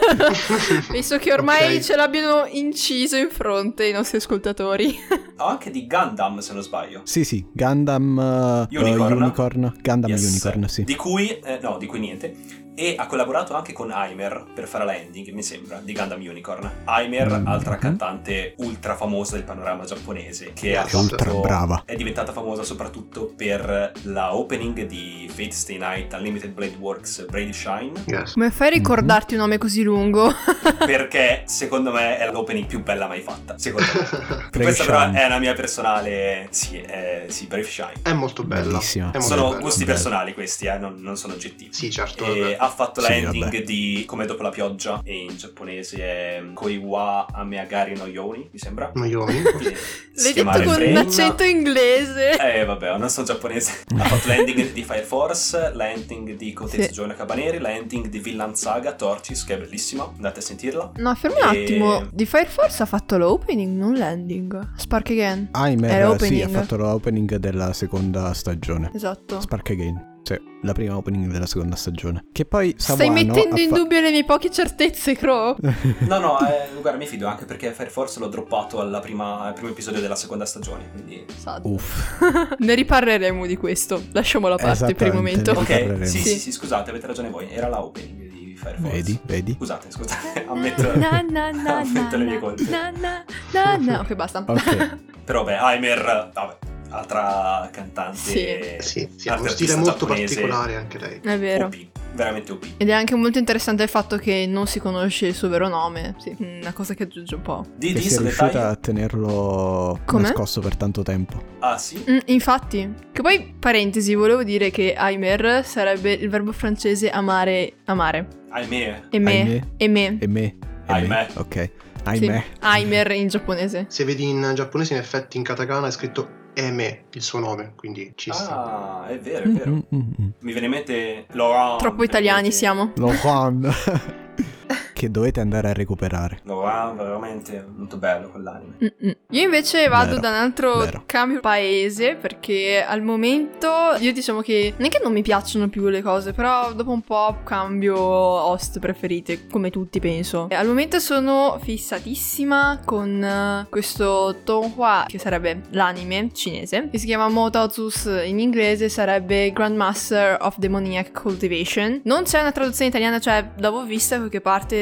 B: Penso che ormai
D: Ok.
B: ce l'abbiano inciso in fronte i nostri ascoltatori.
C: Ho anche di Gundam, se non sbaglio.
A: Sì, sì, Gundam uh,
C: Unicorn.
A: uh, Unicorn. Gundam
C: Yes.
A: Unicorn, sì.
C: Di cui, eh, no, di cui niente. E ha collaborato anche con Aimer per fare la ending, mi sembra, di Gundam Unicorn. Aimer,
A: Mm-hmm.
C: altra cantante ultra famosa del panorama giapponese, che ha
D: È
C: fatto-
A: ultra brava.
C: È diventata famosa soprattutto per la opening di Fate Stay Night Unlimited Blade Works Brady Shine,
D: Yes.
B: Come fai a ricordarti un nome così lungo?
C: perché secondo me è l'opening più bella mai fatta. Secondo me.
A: Brave
C: Questa però
A: Shine.
C: è una mia personale... Sì, è, sì, Brave Shine.
D: È molto bella.
A: Bellissima.
D: È molto
C: Sono
D: bella.
C: gusti
A: Bello.
C: personali questi, eh, non, non sono oggettivi.
D: Sì, certo.
C: E
D: vabbè.
C: ha fatto la
A: Sì,
C: ending
A: vabbè.
C: di Come dopo la pioggia, e in giapponese è Koiwa Ameagari no Yoni, mi sembra.
D: Noioni.
C: Quindi si
B: L'hai
C: chiama
B: detto con un
C: Refrain.
B: accento inglese.
C: Eh vabbè, non sono giapponese. Ha fatto l'ending di Fire Force, l'ending di Kotetsu
B: Sì.
C: Giovanni Cabaneri, l'ending di Vinland Saga Torchis, che è bellissima, andate a sentirla.
B: No, fermi un
C: E-
B: attimo. Di Fire Force ha fatto l'opening, non l'ending. Spark Again.
A: Aimer,
B: Era
A: sì,
B: opening.
A: ha fatto l'opening della seconda stagione.
B: Esatto.
A: Spark Again. Sì, la prima opening della seconda stagione. Che poi
B: Stai
A: Sawano
B: mettendo
A: ha
B: in
A: fa-
B: dubbio le mie poche certezze, Crow.
C: No, no, eh, guarda, mi fido anche perché Fire Force l'ho droppato alla prima, al primo episodio della seconda stagione, quindi...
B: Esatto.
A: Uff.
B: Ne riparleremo di questo. Lasciamola a parte per il
A: Esattamente,
B: momento.
A: ne
C: Ok,
A: riparleremo.
C: sì,
B: Sì.
C: sì, sì, scusate, avete ragione voi, era la opening di Fire Force.
A: Vedi, vedi.
C: Scusate, scusate, ammetto,
B: Na, na, na,
C: ammetto le mie
B: na,
C: colpe.
B: na, na, na, na. Ok, basta.
A: Ok.
C: Però beh, Aimer, vabbè, altra cantante.
B: Sì.
D: Sì, sì, ha uno
C: artista
D: stile molto
C: giapponese.
D: particolare anche lei.
B: È vero.
C: O P, veramente O P.
B: Ed è anche molto interessante il fatto che non si conosce il suo vero nome. Sì, una cosa che aggiunge un po'.
C: Di
A: Che
C: Dis
A: sia riuscita
C: dettaglio.
A: a tenerlo
B: Come?
A: nascosto per tanto tempo.
C: Ah, sì?
B: Mm, infatti, che poi, parentesi, volevo dire che Aimer sarebbe il verbo francese amare, amare.
C: Ahimè.
B: E me,
A: Ahimè.
B: e me.
A: E me. E
C: Ahimè.
A: me. Ok.
B: Sì.
A: Ahimè.
B: Aimer in giapponese.
D: Se vedi in giapponese, in effetti in katakana è scritto Eme, il suo nome, quindi ci sta.
C: Ah, è vero, è vero.
A: Mm, mm, mm.
C: Mi viene in mente Laurent.
B: Troppo italiani
C: perché-
B: siamo.
A: Lohan. Che dovete andare a recuperare.
C: Laurent, veramente molto bello quell'anime.
B: Mm-mm. Io invece vado
A: Vero,
B: da un altro
A: vero.
B: cambio paese perché al momento io diciamo che non è che non mi piacciono più le cose, però dopo un po' cambio host preferite, come tutti penso. E al momento sono fissatissima con eh, questo Tonghua, che sarebbe l'anime cinese, che si chiama Motaozus, in inglese sarebbe Grandmaster of Demoniac Cultivation. Non c'è una traduzione italiana, cioè l'avevo vista da qualche parte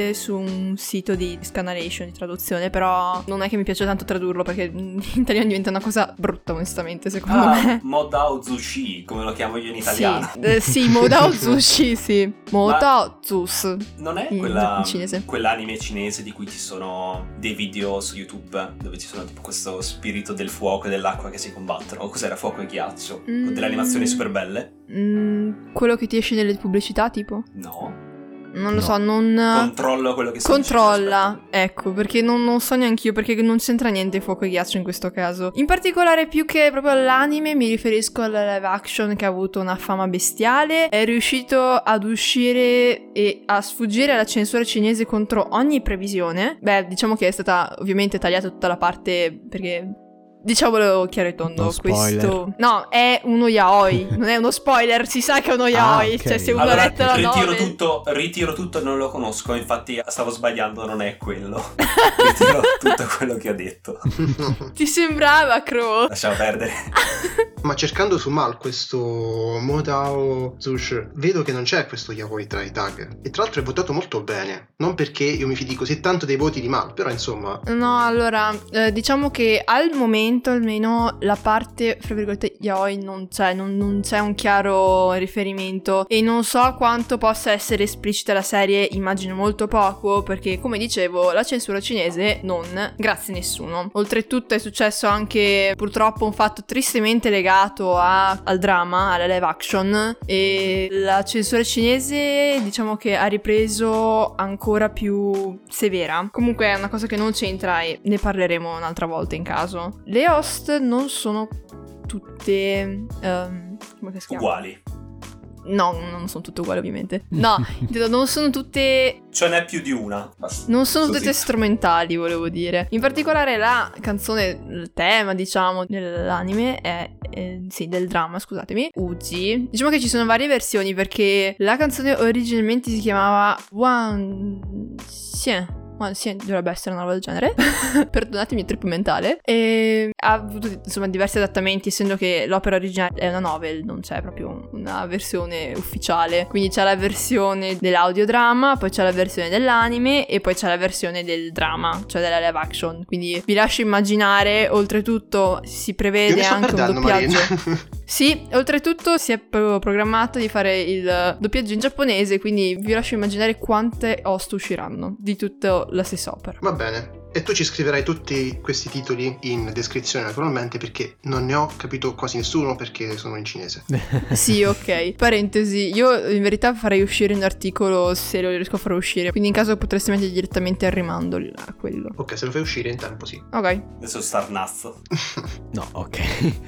B: anche su un sito di scanalation, di traduzione, però non è che mi piace tanto tradurlo perché in italiano diventa una cosa brutta, onestamente, secondo
C: ah,
B: me.
C: Modao Zushi, come lo chiamo io in italiano.
B: Sì, eh, sì Modao Zushi, sì. Modao Zus.
C: Non è
B: in,
C: quella,
B: in cinese.
C: quell'anime cinese di cui ci sono dei video su YouTube dove ci sono tipo questo spirito del fuoco e dell'acqua che si combattono? O cos'era? Fuoco e ghiaccio?
B: Mm.
C: Con delle animazioni super belle?
B: Mm, quello che ti esce nelle pubblicità, tipo?
C: No.
B: Non lo
A: No.
B: so, non...
C: Controllo quello che sto
B: Controlla,
C: dicendo,
B: ecco, perché non, non so neanch'io, perché non c'entra niente fuoco e ghiaccio in questo caso. In particolare, più che proprio all'anime, mi riferisco alla live action che ha avuto una fama bestiale. È riuscito ad uscire e a sfuggire alla censura cinese contro ogni previsione. Beh, diciamo che è stata ovviamente tagliata tutta la parte, perché... Diciamolo chiaro e tondo,
A: No spoiler.
B: questo... No, è uno yaoi, non è uno spoiler, si sa che è uno yaoi,
A: Ah, ok.
B: cioè se uno
C: Allora,
B: ha letto la
C: ritiro
B: novel...
C: tutto, ritiro tutto, non lo conosco, infatti stavo sbagliando, non è quello. Ritiro tutto quello che ha detto.
B: Ti sembrava, Crow?
C: Lasciamo perdere.
D: Ma cercando su Mal questo Modao Zush, vedo che non c'è questo yaoi tra i tag. E tra l'altro è votato molto bene. Non perché io mi fidi così tanto dei voti di Mal, però insomma...
B: No, allora, eh, diciamo che al momento almeno la parte, fra virgolette, yaoi non c'è, non, non c'è un chiaro riferimento e non so quanto possa essere esplicita la serie, immagino molto poco, perché come dicevo la censura cinese non grazie a nessuno. Oltretutto è successo anche purtroppo un fatto tristemente legato a, al dramma, alla live action, e la censura cinese diciamo che ha ripreso ancora più severa. Comunque è una cosa che non c'entra e ne parleremo un'altra volta in caso. Le host non sono tutte um, come si chiama?
C: Uguali.
B: No, non sono tutte uguali ovviamente. No, intendo, non sono tutte...
C: Ce n'è più di una. Basta.
B: Non sono
C: Così.
B: tutte strumentali, volevo dire. In particolare la canzone, il tema, diciamo, dell'anime è, è sì, del dramma, scusatemi, Uji. Diciamo che ci sono varie versioni perché la canzone originalmente si chiamava One Xian. Ma sì, dovrebbe essere una roba del genere. Perdonatemi il trip mentale. E ha avuto insomma diversi adattamenti, essendo che l'opera originale è una novel, non c'è proprio una versione ufficiale. Quindi c'è la versione dell'audiodramma, poi c'è la versione dell'anime e poi c'è la versione del drama, cioè della live action. Quindi vi lascio immaginare, oltretutto si
D: Io
B: prevede
D: mi sto
B: anche un
D: perdendo,
B: doppiaggio.
D: Marina.
B: Sì, oltretutto si è pro- programmato di fare il doppiaggio in giapponese, quindi vi lascio immaginare quante host usciranno di tutta la stessa opera.
D: Va bene. E tu ci scriverai tutti questi titoli in descrizione naturalmente, perché non ne ho capito quasi nessuno perché sono in cinese.
B: Sì, ok. Parentesi, io in verità farei uscire un articolo se lo riesco a far uscire, quindi in caso potresti mettere direttamente il rimando a quello.
D: Ok, se lo fai uscire in tempo sì.
B: Ok.
C: Adesso starnazzo.
A: No, ok.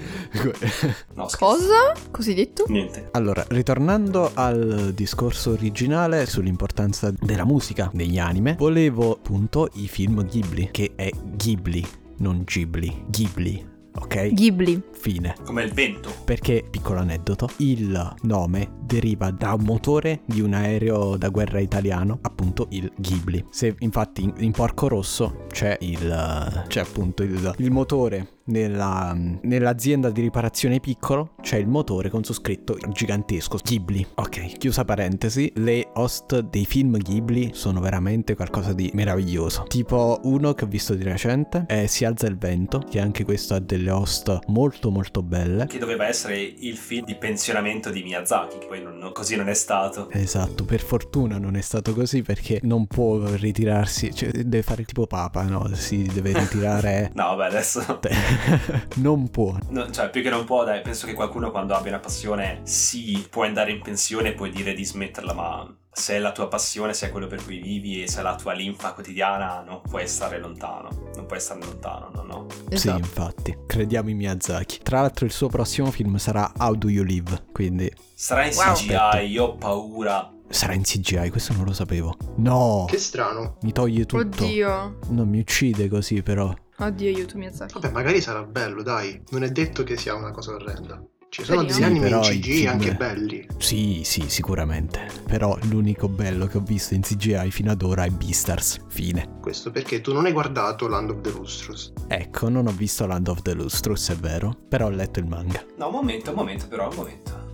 C: No, scherzo.
B: Cosa? Così detto?
C: Niente.
A: Allora, ritornando al discorso originale sull'importanza della musica negli anime, volevo appunto i film Ghibli, che è Ghibli, non Ghibli, Ghibli, ok?
B: Ghibli.
A: Fine.
C: Come il vento.
A: Perché, piccolo aneddoto, il nome deriva da un motore di un aereo da guerra italiano, appunto il Ghibli. Se infatti in, in Porco Rosso c'è il c'è appunto il, il motore nella, nell'azienda di riparazione piccolo, c'è il motore con su scritto gigantesco Ghibli. Ok, chiusa parentesi, le host dei film Ghibli sono veramente qualcosa di meraviglioso. Tipo uno che ho visto di recente è Si alza il vento, che anche questo ha delle host molto molto belle.
C: Che doveva essere il film di pensionamento di Miyazaki, che poi non, così non è stato.
A: Esatto, per fortuna non è stato così, perché non può ritirarsi, cioè deve fare tipo Papa, no? Si deve ritirare.
C: No, vabbè, adesso...
A: Non può.
C: No, cioè, più che non può, dai, penso che qualcuno quando abbia una passione sì, può andare in pensione e puoi dire di smetterla, ma se è la tua passione, se è quello per cui vivi e se è la tua linfa quotidiana, non puoi stare lontano. Non puoi stare lontano, no, no.
A: Sì,
B: Esatto.
A: infatti, crediamo in Miyazaki. Tra l'altro il suo prossimo film sarà How Do You Live, quindi
C: Sarà in
B: Wow.
C: C G I, io ho paura.
A: sarà in C G I, questo non lo sapevo. No,
D: Che strano.
A: mi toglie tutto.
B: Oddio.
A: Non mi uccide così però.
B: Oddio, aiuto Miyazaki.
D: Vabbè, magari sarà bello, dai. Non è detto che sia una cosa orrenda. Ci sono
B: Speriamo.
D: degli anime
A: Sì,
D: in
A: però
D: C
A: i
D: G
A: film-
D: anche belli.
A: Sì, sì, sicuramente. Però l'unico bello che ho visto in C G I fino ad ora è Beastars. Fine.
D: Questo perché tu non hai guardato Land of the Lustrous.
A: Ecco, non ho visto Land of the Lustrous, è vero, però ho letto il manga.
C: No, un momento, un momento, però, un momento.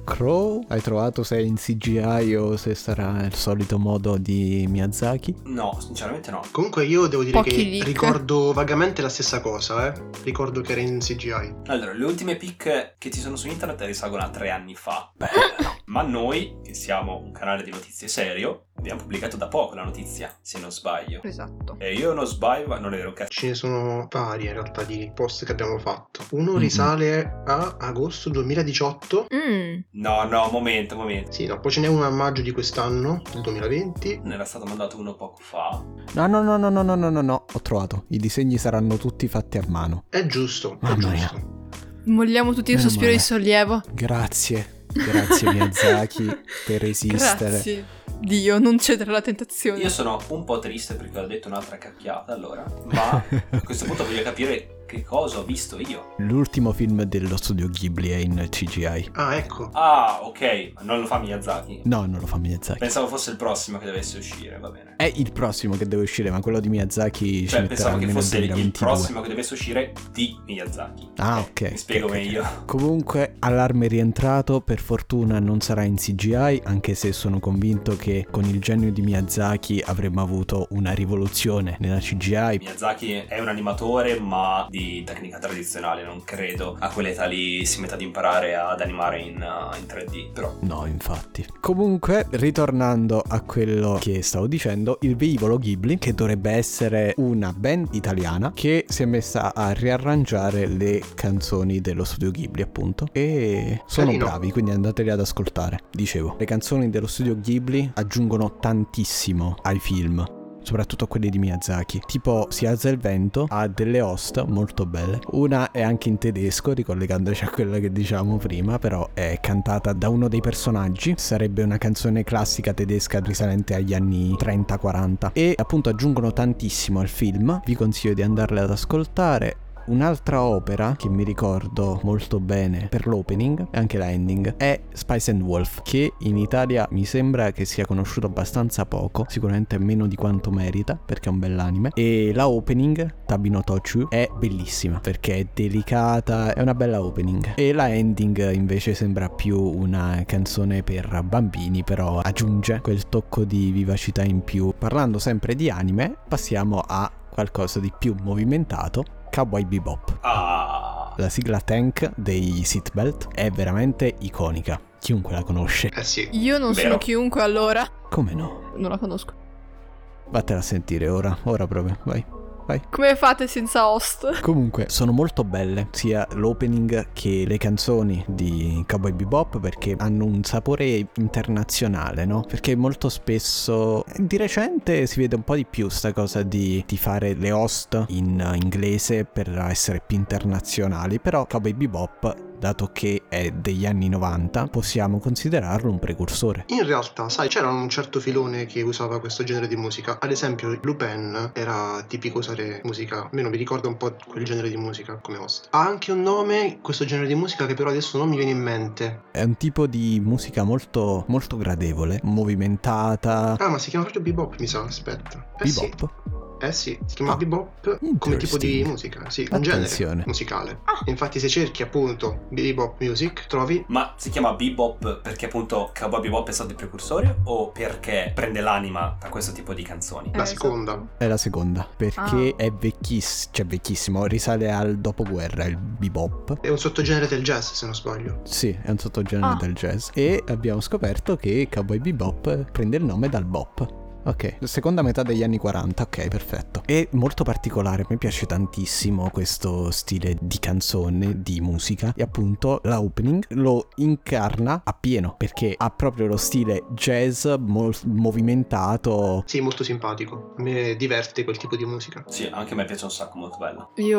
A: Crow, hai trovato se è in C G I o se sarà il solito modo di Miyazaki?
C: No, sinceramente no.
D: Comunque io devo dire
B: Pochi
D: che
B: leak.
D: ricordo vagamente la stessa cosa, eh. Ricordo che era in C G I.
C: Allora, le ultime pic che ci sono su internet risalgono a tre anni fa. Beh, ma noi, che siamo un canale di notizie serio, abbiamo pubblicato da poco la notizia, se non sbaglio.
B: Esatto.
C: E io non sbaglio, ma non è vero, cazzo.
D: Ce ne sono vari in realtà di post che abbiamo fatto. Uno
A: Mhm.
D: risale a agosto duemiladiciotto.
B: Mm.
C: No, no, momento, momento.
D: Sì, no, poi ce n'è uno a maggio di quest'anno, del duemilaventi.
C: Ne era stato mandato uno poco fa.
A: No, no, no, no, no, no, no, no, no, ho trovato. I disegni saranno tutti fatti a mano.
D: È giusto, è
A: Mamma mia.
D: giusto.
B: Molliamo tutti un
A: Meno
B: sospiro
A: male.
B: di sollievo.
A: Grazie, grazie Miyazaki per esistere.
B: Grazie. Dio, non cedere alla tentazione.
C: Io sono un po' triste perché ho detto un'altra cacchiata allora, ma a questo punto voglio capire che cosa ho visto io.
A: L'ultimo film dello studio Ghibli è in C G I.
D: Ah, ecco.
C: Ah, ok, ma non lo fa Miyazaki.
A: No, non lo fa Miyazaki.
C: Pensavo fosse il prossimo che dovesse uscire, va bene.
A: È il prossimo che deve uscire, ma quello di Miyazaki ci
C: Cioè,
A: metterà
C: pensavo che
A: almeno
C: fosse il
A: duemilaventidue.
C: prossimo che dovesse uscire di Miyazaki.
A: Ah,
C: Eh,
A: ok.
C: Mi spiego
A: ok, ok.
C: meglio.
A: Comunque, allarme rientrato, per fortuna non sarà in C G I, anche se sono convinto che con il genio di Miyazaki avremmo avuto una rivoluzione nella C G I.
C: Miyazaki è un animatore, ma di tecnica tradizionale, non credo a quell'età lì si metta ad imparare ad animare in, uh, in tre D, però.
A: No, infatti. Comunque, ritornando a quello che stavo dicendo, il velivolo Ghibli, che dovrebbe essere una band italiana che si è messa a riarrangiare le canzoni dello studio Ghibli, appunto. E sono
D: Carino.
A: bravi, quindi andateli ad ascoltare. Dicevo, le canzoni dello studio Ghibli aggiungono tantissimo ai film, soprattutto quelli di Miyazaki. Tipo Si alza il vento ha delle host molto belle. Una è anche in tedesco, ricollegandoci a quella che dicevamo prima, però è cantata da uno dei personaggi. Sarebbe una canzone classica tedesca risalente agli anni trenta quaranta. E appunto aggiungono tantissimo al film. Vi consiglio di andarle ad ascoltare. Un'altra opera che mi ricordo molto bene per l'opening e anche la ending è Spice and Wolf, che in Italia mi sembra che sia conosciuto abbastanza poco, sicuramente meno di quanto merita perché è un bell'anime. E la opening, Tabi no Tochu, è bellissima perché è delicata, è una bella opening. E la ending invece sembra più una canzone per bambini, però aggiunge quel tocco di vivacità in più. Parlando sempre di anime, passiamo a qualcosa di più movimentato. Cowboy Bebop.
C: Ah,
A: La sigla Tank dei Seatbelt è veramente iconica. Chiunque la conosce.
D: Eh sì.
B: Io non
C: Vero.
B: sono chiunque, allora
A: Come no?
B: non la conosco.
A: Vattela a sentire ora, ora proprio, vai. Vai.
B: Come fate senza host?
A: Comunque sono molto belle sia l'opening che le canzoni di Cowboy Bebop perché hanno un sapore internazionale, no? Perché molto spesso di recente si vede un po' di più sta cosa di, di fare le host in inglese per essere più internazionali, però Cowboy Bebop, dato che è degli anni novanta, possiamo considerarlo un precursore.
D: In realtà, sai, c'era un certo filone che usava questo genere di musica. Ad esempio, Lupin era tipico usare musica, almeno mi ricorda un po' quel genere di musica come host. Ha anche un nome, questo genere di musica, che però adesso non mi viene in mente.
A: È un tipo di musica molto, molto gradevole, movimentata.
D: Ah, ma si chiama proprio bebop, mi sa, aspetta. Eh sì.
A: Bebop?
D: Eh sì, si chiama
A: Ah,
D: bebop come tipo di
A: interesting.
D: musica, sì, un genere
A: Attenzione.
D: musicale.
B: Ah.
D: Infatti se cerchi appunto bebop music trovi...
C: ma si chiama Bebop perché appunto Cowboy Bebop è stato il precursore o perché prende l'anima da questo tipo di canzoni?
D: La
B: Eh,
D: seconda.
B: esatto.
A: È la seconda, perché
B: Ah.
A: è vecchissimo, cioè vecchissimo, risale al dopoguerra, il bebop.
D: È un sottogenere del jazz, se non sbaglio.
A: Sì, è un sottogenere
B: Ah.
A: del jazz. E abbiamo scoperto che Cowboy Bebop prende il nome dal bop. Ok, seconda metà degli anni quaranta, ok, perfetto. È molto particolare, mi piace tantissimo questo stile di canzone, di musica. E appunto la opening lo incarna appieno, perché ha proprio lo stile jazz mo- movimentato.
D: Sì, molto simpatico. A me diverte quel tipo di musica.
C: Sì, anche a me piace un sacco, molto bello.
B: Io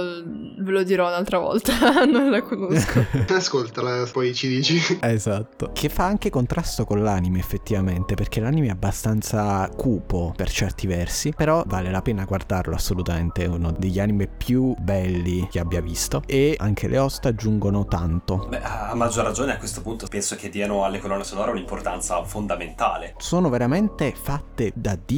B: ve lo dirò un'altra volta, non la conosco.
D: Ascoltala, poi ci dici.
A: Esatto. Che fa anche contrasto con l'anime effettivamente, perché l'anime è abbastanza cupo per certi versi, però vale la pena guardarlo assolutamente, è uno degli anime più belli che abbia visto. E anche le host aggiungono tanto.
C: Beh, a maggior ragione a questo punto penso che diano alle colonne sonore un'importanza fondamentale.
A: Sono veramente fatte da Dio.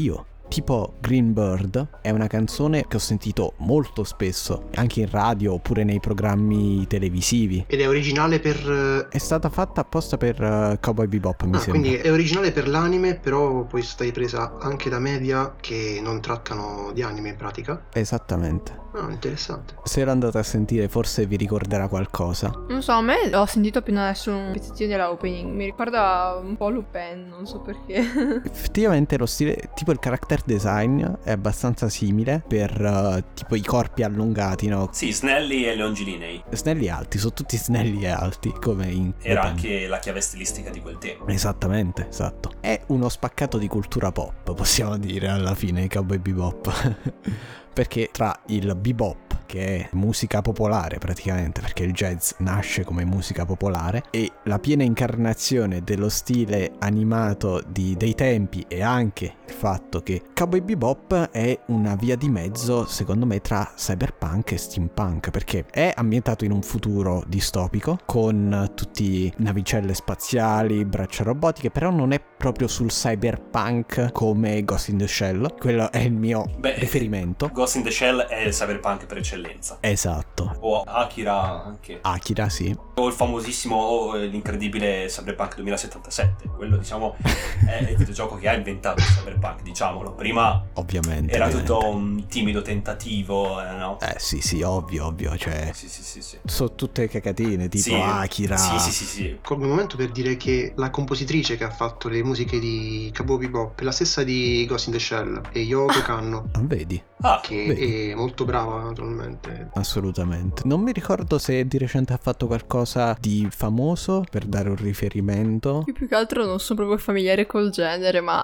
A: Tipo Green Bird è una canzone che ho sentito molto spesso, anche in radio oppure nei programmi televisivi.
D: Ed è originale per...
A: È stata fatta apposta per uh, Cowboy Bebop, mi
D: ah,
A: sembra.
D: Quindi è originale per l'anime, però poi stai presa anche da media che non trattano di anime in pratica.
A: Esattamente.
D: Ah, interessante.
A: Se lo andate a sentire forse vi ricorderà qualcosa.
B: Non so, a me ho sentito appena adesso un pezzettino della opening. Mi ricorda un po' Lupin, non so perché.
A: Effettivamente lo stile, tipo il character design è abbastanza simile per uh, tipo i corpi allungati, no?
C: Sì, snelli e longilinei.
A: Snelli alti, sono tutti snelli e alti come in...
C: Era anche la chiave stilistica di quel tempo.
A: Esattamente, esatto. È uno spaccato di cultura pop, possiamo dire alla fine, i Cowboy Bebop. Perché tra il bebop, che è musica popolare praticamente, perché il jazz nasce come musica popolare, e la piena incarnazione dello stile animato di, dei tempi, e anche il fatto che Cowboy Bebop è una via di mezzo secondo me tra cyberpunk e steampunk, perché è ambientato in un futuro distopico con tutti navicelle spaziali, braccia robotiche, però non è proprio sul cyberpunk come Ghost in the Shell. Quello è il mio
C: Beh,
A: riferimento.
C: Ghost in the Shell è il cyberpunk per eccellenza.
A: Esatto.
C: O Akira anche.
A: Akira, sì.
C: O il famosissimo o l'incredibile Cyberpunk duemilasettantasette. Quello, diciamo, è il videogioco che ha inventato il cyberpunk, diciamolo. Prima
A: ovviamente
C: era
A: ovviamente.
C: tutto un timido tentativo, eh, no?
A: Eh sì, sì, ovvio, ovvio, cioè
C: Sì, sì, sì, sì.
A: sono tutte cacatine, tipo
C: Sì.
A: Akira.
C: Sì, sì, sì, sì.
D: Colgo il momento per dire che la compositrice che ha fatto le musiche di Cowboy Bebop è la stessa di Ghost in the Shell, è Yoko Kanno,
A: Ah, vedi?
C: Ah,
D: che
A: Vedi.
D: è molto brava naturalmente.
A: Assolutamente. Non mi ricordo se di recente ha fatto qualcosa di famoso per dare un riferimento.
B: Io più che altro non sono proprio familiare col genere, ma...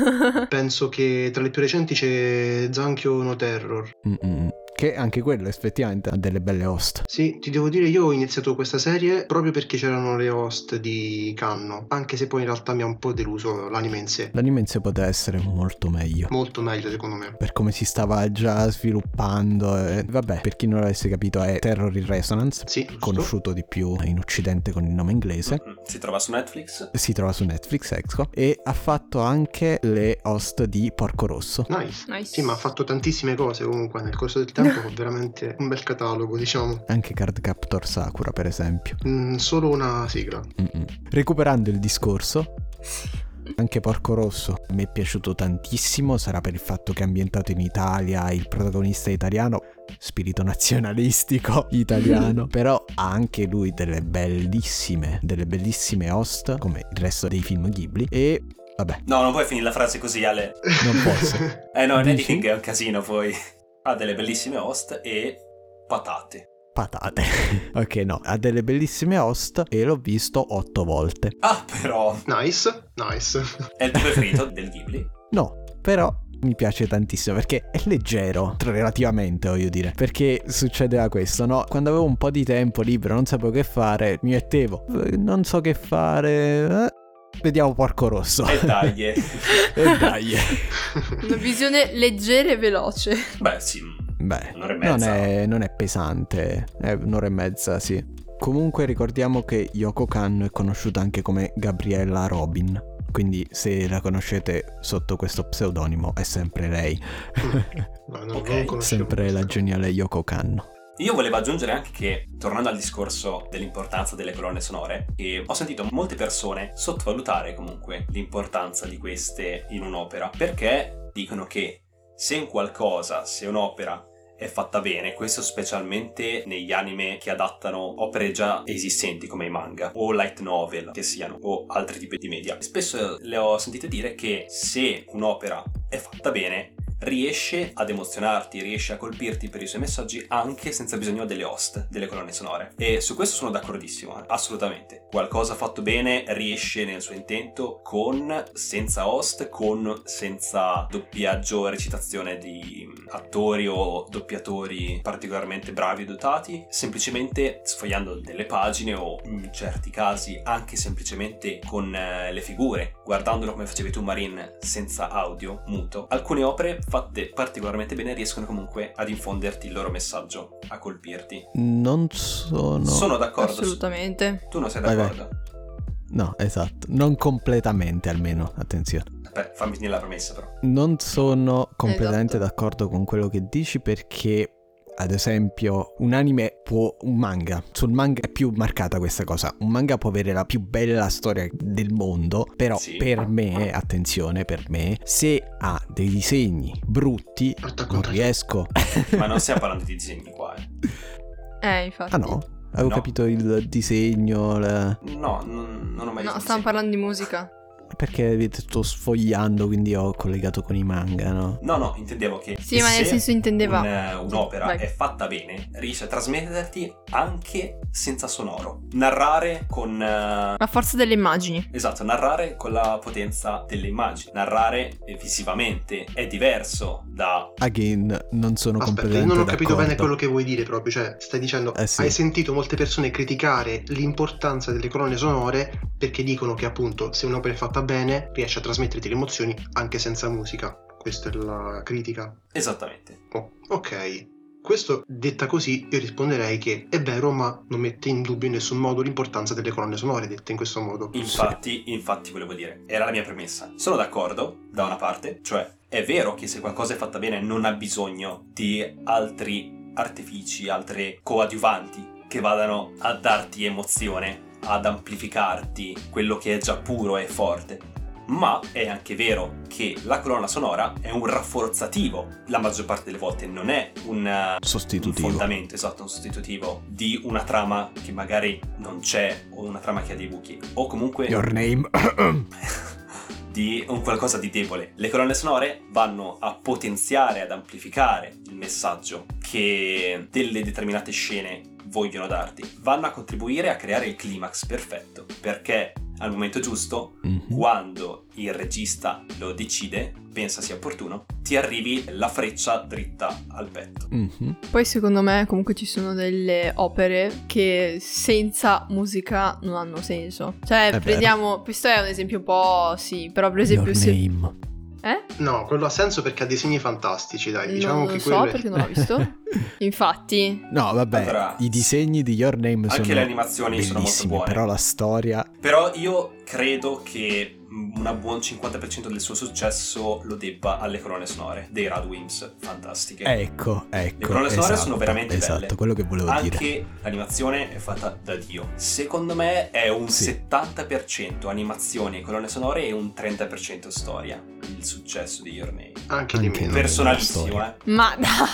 D: Penso che tra le più recenti c'è Zankyo no Terror.
A: Mm-mm. Che anche quello effettivamente ha delle belle host.
D: Sì, ti devo dire, io ho iniziato questa serie proprio perché c'erano le host di Kanno, anche se poi in realtà mi ha un po' deluso l'anime in sé.
A: L'anime in sé poteva essere molto meglio,
D: Molto meglio secondo me.
A: per come si stava già sviluppando. E vabbè, per chi non l'avesse capito, è Terror in Resonance,
D: Sì, giusto.
A: conosciuto di più in occidente con il nome inglese.
C: mm, si trova su Netflix.
A: Si trova su Netflix, ecco. E ha fatto anche le host di Porco Rosso.
D: Nice.
B: Nice.
D: Sì, ma ha fatto tantissime cose comunque nel corso del tempo, veramente un bel catalogo, diciamo.
A: Anche Cardcaptor Sakura, per esempio.
D: Mm, solo una sigla.
A: Mm-mm. Recuperando il discorso, anche Porco Rosso mi è piaciuto tantissimo. Sarà per il fatto che è ambientato in Italia, il protagonista è italiano, spirito nazionalistico italiano. Però ha anche lui delle bellissime, delle bellissime host, come il resto dei film Ghibli. E vabbè,
C: No, non puoi finire la frase così, Ale.
A: non posso.
C: Eh no, in
A: Dici?
C: editing è un casino poi. Ha delle bellissime host e patate.
A: Patate. Ok, no, ha delle bellissime host e l'ho visto otto volte.
C: Ah, però
D: Nice, nice.
C: è il tuo preferito del Ghibli?
A: No, però mi piace tantissimo perché è leggero, tra- relativamente voglio dire, perché succedeva questo, no? Quando avevo un po' di tempo libero, non sapevo che fare, mi mettevo, "Eh, non so che fare, eh, vediamo Porco Rosso."
C: E dai. eh.
A: E dai.
B: Una visione leggera e veloce.
C: Beh, sì.
A: Beh,
C: Un'ora e
A: non
C: mezza.
A: è, non è pesante, è un'ora e mezza, sì. Comunque ricordiamo che Yoko Kanno è conosciuta anche come Gabriella Robin, quindi se la conoscete sotto questo pseudonimo è sempre lei.
D: No, non,
C: Ok,
D: non conoscevo
A: Sempre la
D: questa.
A: geniale Yoko Kanno.
C: Io volevo aggiungere anche che, tornando al discorso dell'importanza delle colonne sonore, che ho sentito molte persone sottovalutare comunque l'importanza di queste in un'opera, perché dicono che se un qualcosa, se un'opera è fatta bene, questo specialmente negli anime che adattano opere già esistenti come i manga o light novel che siano o altri tipi di media, spesso le ho sentite dire che se un'opera è fatta bene riesce ad emozionarti, riesce a colpirti per i suoi messaggi anche senza bisogno delle host, delle colonne sonore. E su questo sono d'accordissimo, eh, assolutamente. Qualcosa fatto bene riesce nel suo intento con, senza host, con, senza doppiaggio, recitazione di attori o doppiatori particolarmente bravi e dotati, semplicemente sfogliando delle pagine o in certi casi anche semplicemente con eh, le figure, guardandolo come facevi tu Marin senza audio, muto. Alcune opere fatte particolarmente bene riescono comunque ad infonderti il loro messaggio, a colpirti.
A: Non sono...
C: Sono d'accordo.
B: Assolutamente.
C: Tu non sei
A: Vai, vai.
C: d'accordo?
A: No, esatto. Non completamente almeno, attenzione.
C: Beh, fammi finire la premessa però.
A: Non sono completamente
B: Esatto.
A: d'accordo con quello che dici, perché ad esempio un anime può, un manga, sul manga è più marcata questa cosa, un manga può avere la più bella storia del mondo, però
C: Sì.
A: per me, attenzione, per me, se ha dei disegni brutti
D: Attack on
A: non
D: Titan.
A: riesco.
C: Ma non stiamo parlando di disegni qua, eh.
B: Eh, infatti.
A: Ah no? Avevo
C: No.
A: capito il disegno, la...
C: No, non, non ho mai
B: No,
C: visto
B: stavamo
C: disegni.
B: parlando di musica.
A: perché sto sfogliando, quindi ho collegato con i manga, no?
C: No, no, intendevo che
B: Sì, ma nel
C: se
B: senso intendeva.
C: un- eh, un'opera
B: Vai.
C: è fatta bene, riesce a trasmetterti anche senza sonoro. Narrare con... eh,
B: La forza delle immagini.
C: Esatto, narrare con la potenza delle immagini. Narrare eh, visivamente è diverso da...
A: Again, non sono
D: Aspetta, io
A: completamente
D: non ho capito
A: d'accordo.
D: bene quello che vuoi dire proprio, cioè stai dicendo,
A: Eh sì.
D: hai sentito molte persone criticare l'importanza delle colonne sonore perché dicono che appunto se un'opera è fatta bene riesce a trasmetterti le emozioni anche senza musica. Questa è la critica.
C: Esattamente.
D: Oh, ok. Questo detta così io risponderei che è vero, ma non mette in dubbio in nessun modo l'importanza delle colonne sonore dette in questo modo.
C: Infatti, infatti volevo dire, era la mia premessa. Sono d'accordo, da una parte, cioè è vero che se qualcosa è fatta bene non ha bisogno di altri artifici, altre coadiuvanti che vadano a darti emozione, ad amplificarti quello che è già puro e forte. Ma è anche vero che la colonna sonora è un rafforzativo, la maggior parte delle volte non è un, uh, un
A: Sostitutivo.
C: fondamento, esatto, un sostitutivo di una trama che magari non c'è o una trama che ha dei buchi o comunque
A: Your name.
C: di un qualcosa di debole. Le colonne sonore vanno a potenziare, ad amplificare il messaggio che delle determinate scene vogliono darti, vanno a contribuire a creare il climax perfetto, perché al momento giusto,
A: Mhm.
C: quando il regista lo decide, pensa sia opportuno, ti arrivi la freccia dritta al petto.
A: Mhm.
B: Poi secondo me comunque ci sono delle opere che senza musica non hanno senso. Cioè,
A: vero.
B: prendiamo, questo è un esempio un po' sì, però per esempio
A: Your
B: se...
A: name.
B: Eh?
D: No, quello ha senso perché ha disegni fantastici, dai, diciamo
B: non
D: che
B: lo
D: quello
B: so
D: è...
B: perché non l'ho visto. Infatti,
A: No, vabbè,
C: Allora,
A: i disegni di Your Name sono
C: anche le animazioni sono molto
A: bellissimi,
C: buone.
A: però la storia...
C: Però io credo che un buon cinquanta per cento del suo successo lo debba alle colonne sonore dei Radwimps fantastiche.
A: Ecco, ecco.
C: Le colonne sonore
A: esatto,
C: sono veramente
A: esatto,
C: belle.
A: quello che volevo
C: Anche
A: dire.
C: l'animazione è fatta da Dio. Secondo me è un
A: Sì.
C: settanta per cento animazioni e colonne sonore e un trenta per cento storia. Il successo di Your Name.
D: Anche di
A: Anche
D: meno.
A: no.
C: Personalissimo,
A: storia.
C: eh.
B: ma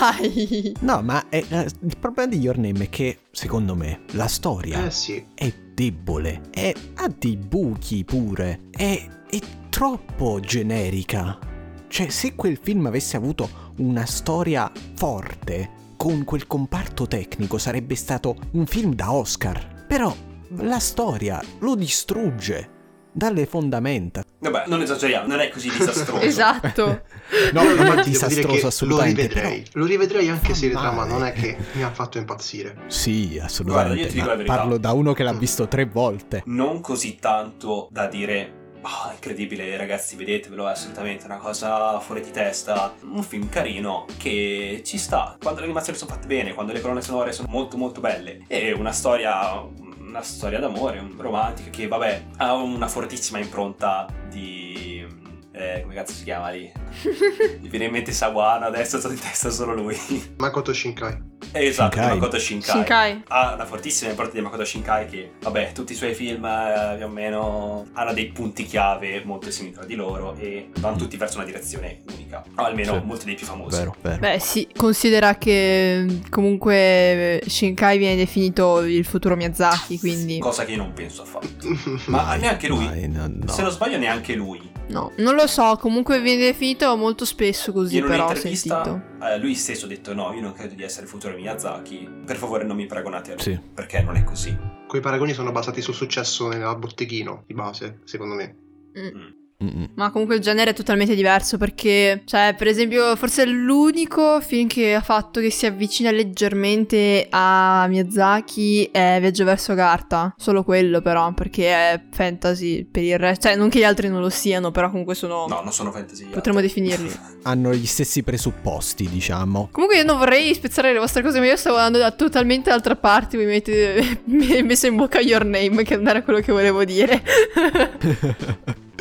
B: dai.
A: No, ma è- eh, il problema di Your Name è che, secondo me, la storia
D: Eh sì.
A: è debole, è, ha dei buchi pure, è, è troppo generica. Cioè, se quel film avesse avuto una storia forte, con quel comparto tecnico, sarebbe stato un film da Oscar. Però la storia lo distrugge dalle fondamenta.
C: Vabbè, non esageriamo, non è così disastroso.
B: Esatto.
A: No,
D: Io
A: non è
D: infatti devo dire
A: disastroso
D: che
A: assolutamente.
D: Lo rivedrei.
A: però-
D: Lo rivedrei anche
A: fa
D: se la trama
A: male.
D: non è che mi ha fatto impazzire.
A: Sì, assolutamente.
C: Guarda, io ti dico
A: ma
C: la verità.
A: parlo da uno che l'ha visto tre volte.
C: Non così tanto da dire ah, incredibile ragazzi, vedetevelo, è assolutamente una cosa fuori di testa. Un film carino che ci sta quando le animazioni sono fatte bene, quando le colonne sonore sono molto molto belle. E una storia, una storia d'amore, un romantica che vabbè ha una fortissima impronta di... Eh, come cazzo si chiama lì? Mi viene in mente Sawano, adesso sto in testa solo lui.
D: Makoto Shinkai.
C: Eh, esatto,
A: Shinkai.
C: Makoto Shinkai.
B: Shinkai.
C: Ha una fortissima impronta di Makoto Shinkai che, vabbè, tutti i suoi film eh, più o meno hanno dei punti chiave molto simili tra di loro e vanno tutti verso una direzione unica, o almeno
A: Sì.
C: molti dei più famosi.
A: Vero, vero.
B: Beh sì, considera che comunque Shinkai viene definito il futuro Miyazaki, quindi
C: Cosa che io non penso affatto. Ma neanche lui.
A: Mai, no, no.
C: Se non sbaglio neanche lui.
B: no, non lo so, comunque viene definito molto spesso così,
C: In
B: però ho
C: un'intervista
B: sentito.
C: eh, lui stesso ha detto no, io non credo di essere il futuro Miyazaki, per favore non mi paragonate a lui,
A: Sì.
C: perché non è così.
D: Quei paragoni sono basati sul successo nella botteghino di base, secondo me.
B: Mm.
C: Mm.
A: Mm-mm.
B: Ma comunque il genere è totalmente diverso perché, cioè, per esempio, forse è l'unico film che ha fatto che si avvicina leggermente a Miyazaki è Viaggio verso Carta. Solo quello però, perché è fantasy per il resto. Cioè, non che gli altri non lo siano, però comunque sono...
C: No, non sono fantasy.
B: Potremmo definirli.
A: Hanno gli stessi presupposti, diciamo.
B: Comunque io non vorrei spezzare le vostre cose, ma io stavo andando da totalmente altra parte. Mi avete mi hai messo in bocca Your Name, che non era quello che volevo dire.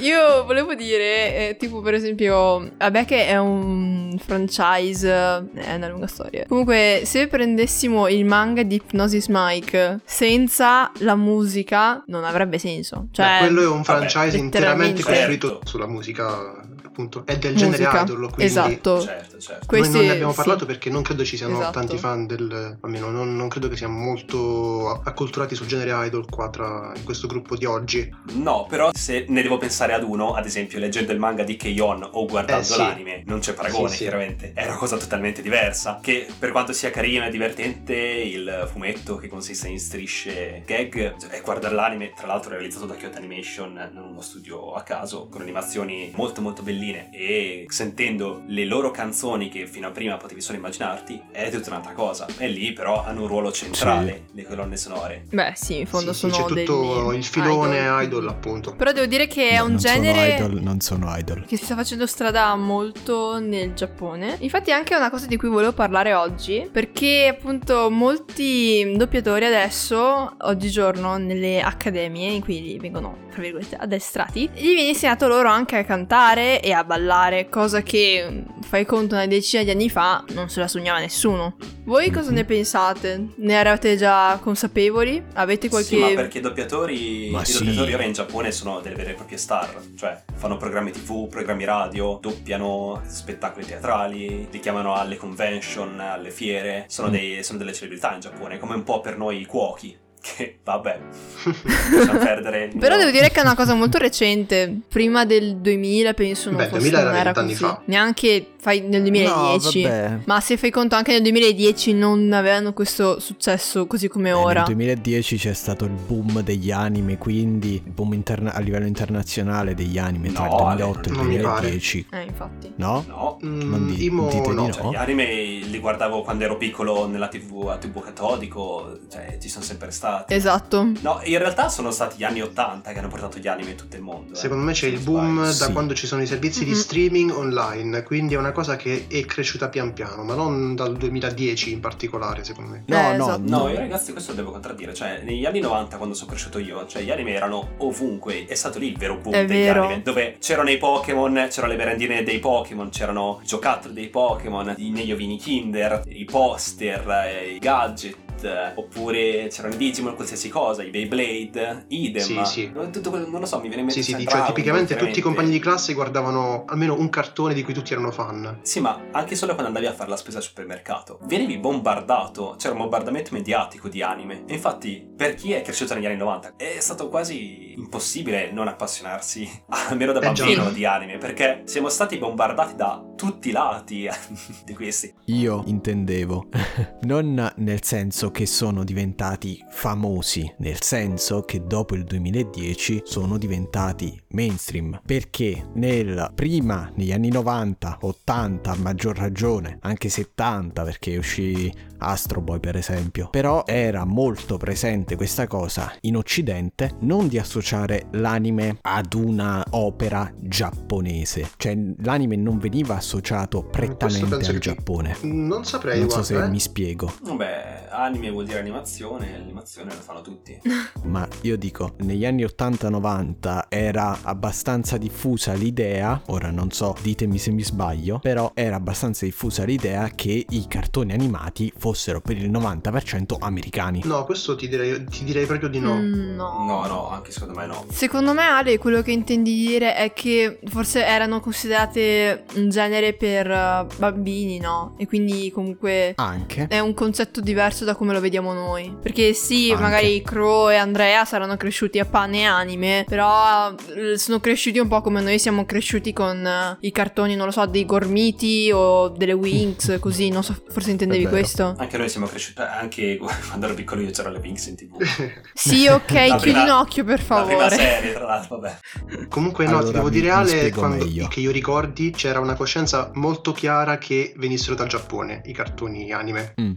B: io volevo dire, eh, tipo per esempio, vabbè che è un franchise, è una lunga storia. Comunque, se prendessimo il manga di Hypnosis Mike senza la musica, non avrebbe senso. Cioè,
D: Beh, quello è un
C: vabbè,
D: franchise interamente costruito
C: certo.
D: sulla musica, appunto. È del
B: musica.
D: genere idol, quindi
B: Esatto.
C: Certo, certo.
B: Questi-
D: noi non ne abbiamo
B: sì.
D: parlato perché non credo ci siano
B: Esatto.
D: tanti fan del, almeno non, non credo che siamo molto acculturati sul genere idol qua tra in questo gruppo di oggi.
C: No, però se ne devo pensare ad uno, ad esempio leggendo il manga di Keion o guardando
D: Eh, sì.
C: l'anime, non c'è paragone,
D: Sì, sì.
C: chiaramente. È una cosa totalmente diversa. Che per quanto sia carino e divertente, il fumetto che consiste in strisce gag, e guardare l'anime, tra l'altro realizzato da Kyoto Animation, in uno studio a caso, con animazioni molto molto belline, e sentendo le loro canzoni che fino a prima potevi solo immaginarti, è tutta un'altra cosa. E lì però hanno un ruolo centrale, le colonne sonore.
B: Beh, sì, in fondo
D: Sì, sì,
B: sono
D: c'è
B: degli
D: tutto il filone idol,
B: quindi-
D: appunto.
B: Però devo dire che è
A: No,
B: un
A: non
B: genere
A: sono idol, non sono idol.
B: che si sta facendo strada molto nel Giappone. Infatti è anche una cosa di cui volevo parlare oggi, perché appunto molti doppiatori adesso, oggigiorno, nelle accademie in cui vengono, tra virgolette, addestrati, gli viene insegnato loro anche a cantare e a ballare, cosa che, fai conto, una decina di anni fa non se la sognava nessuno. Voi cosa
A: Mhm.
B: ne pensate? Ne eravate già consapevoli? Avete qualche...
C: Sì, ma perché i doppiatori,
A: Ma
C: i
A: sì.
C: doppiatori ora in Giappone sono delle vere e proprie star, cioè fanno programmi tv, programmi radio, doppiano spettacoli teatrali, li chiamano alle convention, alle fiere, sono,
A: Mm.
C: dei, sono delle celebrità in Giappone, come un po' per noi i cuochi, che vabbè, lasciamo perdere il
B: Però
C: mio-
B: devo dire che è una cosa molto recente. Prima del duemila penso non
D: Beh,
B: fosse,
D: duemila
B: non
D: era
B: era
D: vent'anni
B: così.
D: fa.
B: Neanche fai nel duemiladieci.
A: No, vabbè.
B: Ma se fai conto anche nel duemiladieci non avevano questo successo così come
A: Eh,
B: ora.
A: Nel duemiladieci c'è stato il boom degli anime, quindi il boom interna- a livello internazionale degli anime tra
C: No,
A: il duemilaotto e il
D: non mi pare.
A: duemiladieci.
B: Eh, infatti.
A: No?
C: No,
A: Non di-
D: Imo
A: dite di
D: no.
A: no?
C: cioè, gli anime li guardavo quando ero piccolo nella tv, a tv catodico, cioè ci sono sempre stati.
B: Esatto.
C: No, in realtà sono stati gli anni ottanta che hanno portato gli anime in tutto il mondo. eh,
D: Secondo me c'è
C: se
D: il
C: non
D: boom
C: sbaglio.
D: da
A: Sì.
D: quando ci sono i servizi di
B: Mhm.
D: streaming online, quindi è una cosa che è cresciuta pian piano, ma non dal duemiladieci in particolare, secondo me.
A: No,
B: Eh,
A: no,
B: esatto.
C: No,
A: no.
C: io ragazzi questo lo devo contraddire, cioè negli anni novanta quando sono cresciuto io, cioè gli anime erano ovunque, è stato lì il vero boom
B: È
C: degli
B: vero.
C: anime, dove c'erano i Pokémon, c'erano le merendine dei Pokémon, c'erano i giocattoli dei Pokémon, i negli ovini Kinder, i poster, eh, i gadget, eh, oppure c'erano i Digimon, qualsiasi cosa, i Beyblade, idem,
D: Sì, sì.
C: tutto quello, non lo so, mi viene in mente
D: Sì, sì,
C: c'è
D: cioè
C: Dragon
D: tipicamente
C: Ball,
D: tutti i
C: veramente.
D: compagni di classe guardavano almeno un cartone di cui tutti erano fan.
C: Sì, ma anche solo quando andavi a fare la spesa al supermercato, venivi bombardato, c'era un bombardamento mediatico di anime. E infatti, per chi è cresciuto negli anni novanta, è stato quasi impossibile non appassionarsi, almeno da
D: Eh, già.
C: bambino, di anime, perché siamo stati bombardati da tutti i lati di questi.
A: Io intendevo non nel senso che sono diventati famosi, nel senso che dopo il duemiladieci sono diventati mainstream, perché nel prima negli anni novanta, ottanta a maggior ragione, anche settanta perché uscì Astro Boy per esempio, però era molto presente questa cosa in occidente, non di associare l'anime ad una opera giapponese, cioè l'anime non veniva associato prettamente
D: penso
A: al
D: che-
A: Giappone.
D: Non saprei,
A: Non so
D: guarda,
A: se
D: eh.
A: mi spiego,
C: Vabbè, anime vuol dire animazione, l'animazione la fanno tutti.
A: ma io dico, negli anni ottanta novanta era abbastanza diffusa l'idea, ora non so, ditemi se mi sbaglio, però era abbastanza diffusa l'idea che i cartoni animati fossero per il novanta per cento americani.
D: No, questo ti direi, ti direi proprio di no.
B: Mm, no.
C: No, no, anche secondo me no.
B: Secondo me, Ale, quello che intendi dire è che forse erano considerate un genere per eh, bambini, no? E quindi comunque
A: Anche.
B: è un concetto diverso da come lo vediamo noi. Perché sì,
A: Anche.
B: magari Crow e Andrea saranno cresciuti a pane e anime, però eh, sono cresciuti un po' come noi siamo cresciuti con eh, i cartoni, non lo so, dei Gormiti o delle Winx, così, non so, forse intendevi
A: È vero.
B: questo?
C: Anche noi siamo cresciuti, anche quando ero piccolo io c'erano le Winx in tv.
B: Sì, ok,
C: La
B: chiudi
C: prima-
B: un occhio per
C: La prima
B: favore.
C: serie, tra l'altro, vabbè.
D: Comunque no,
A: Allora,
D: ti devo
A: mi-
D: dire
A: mi
D: Ale,
A: spiego
D: quando,
A: meglio.
D: che io ricordi c'era una coscienza molto chiara che venissero dal Giappone i cartoni anime.
A: Mm.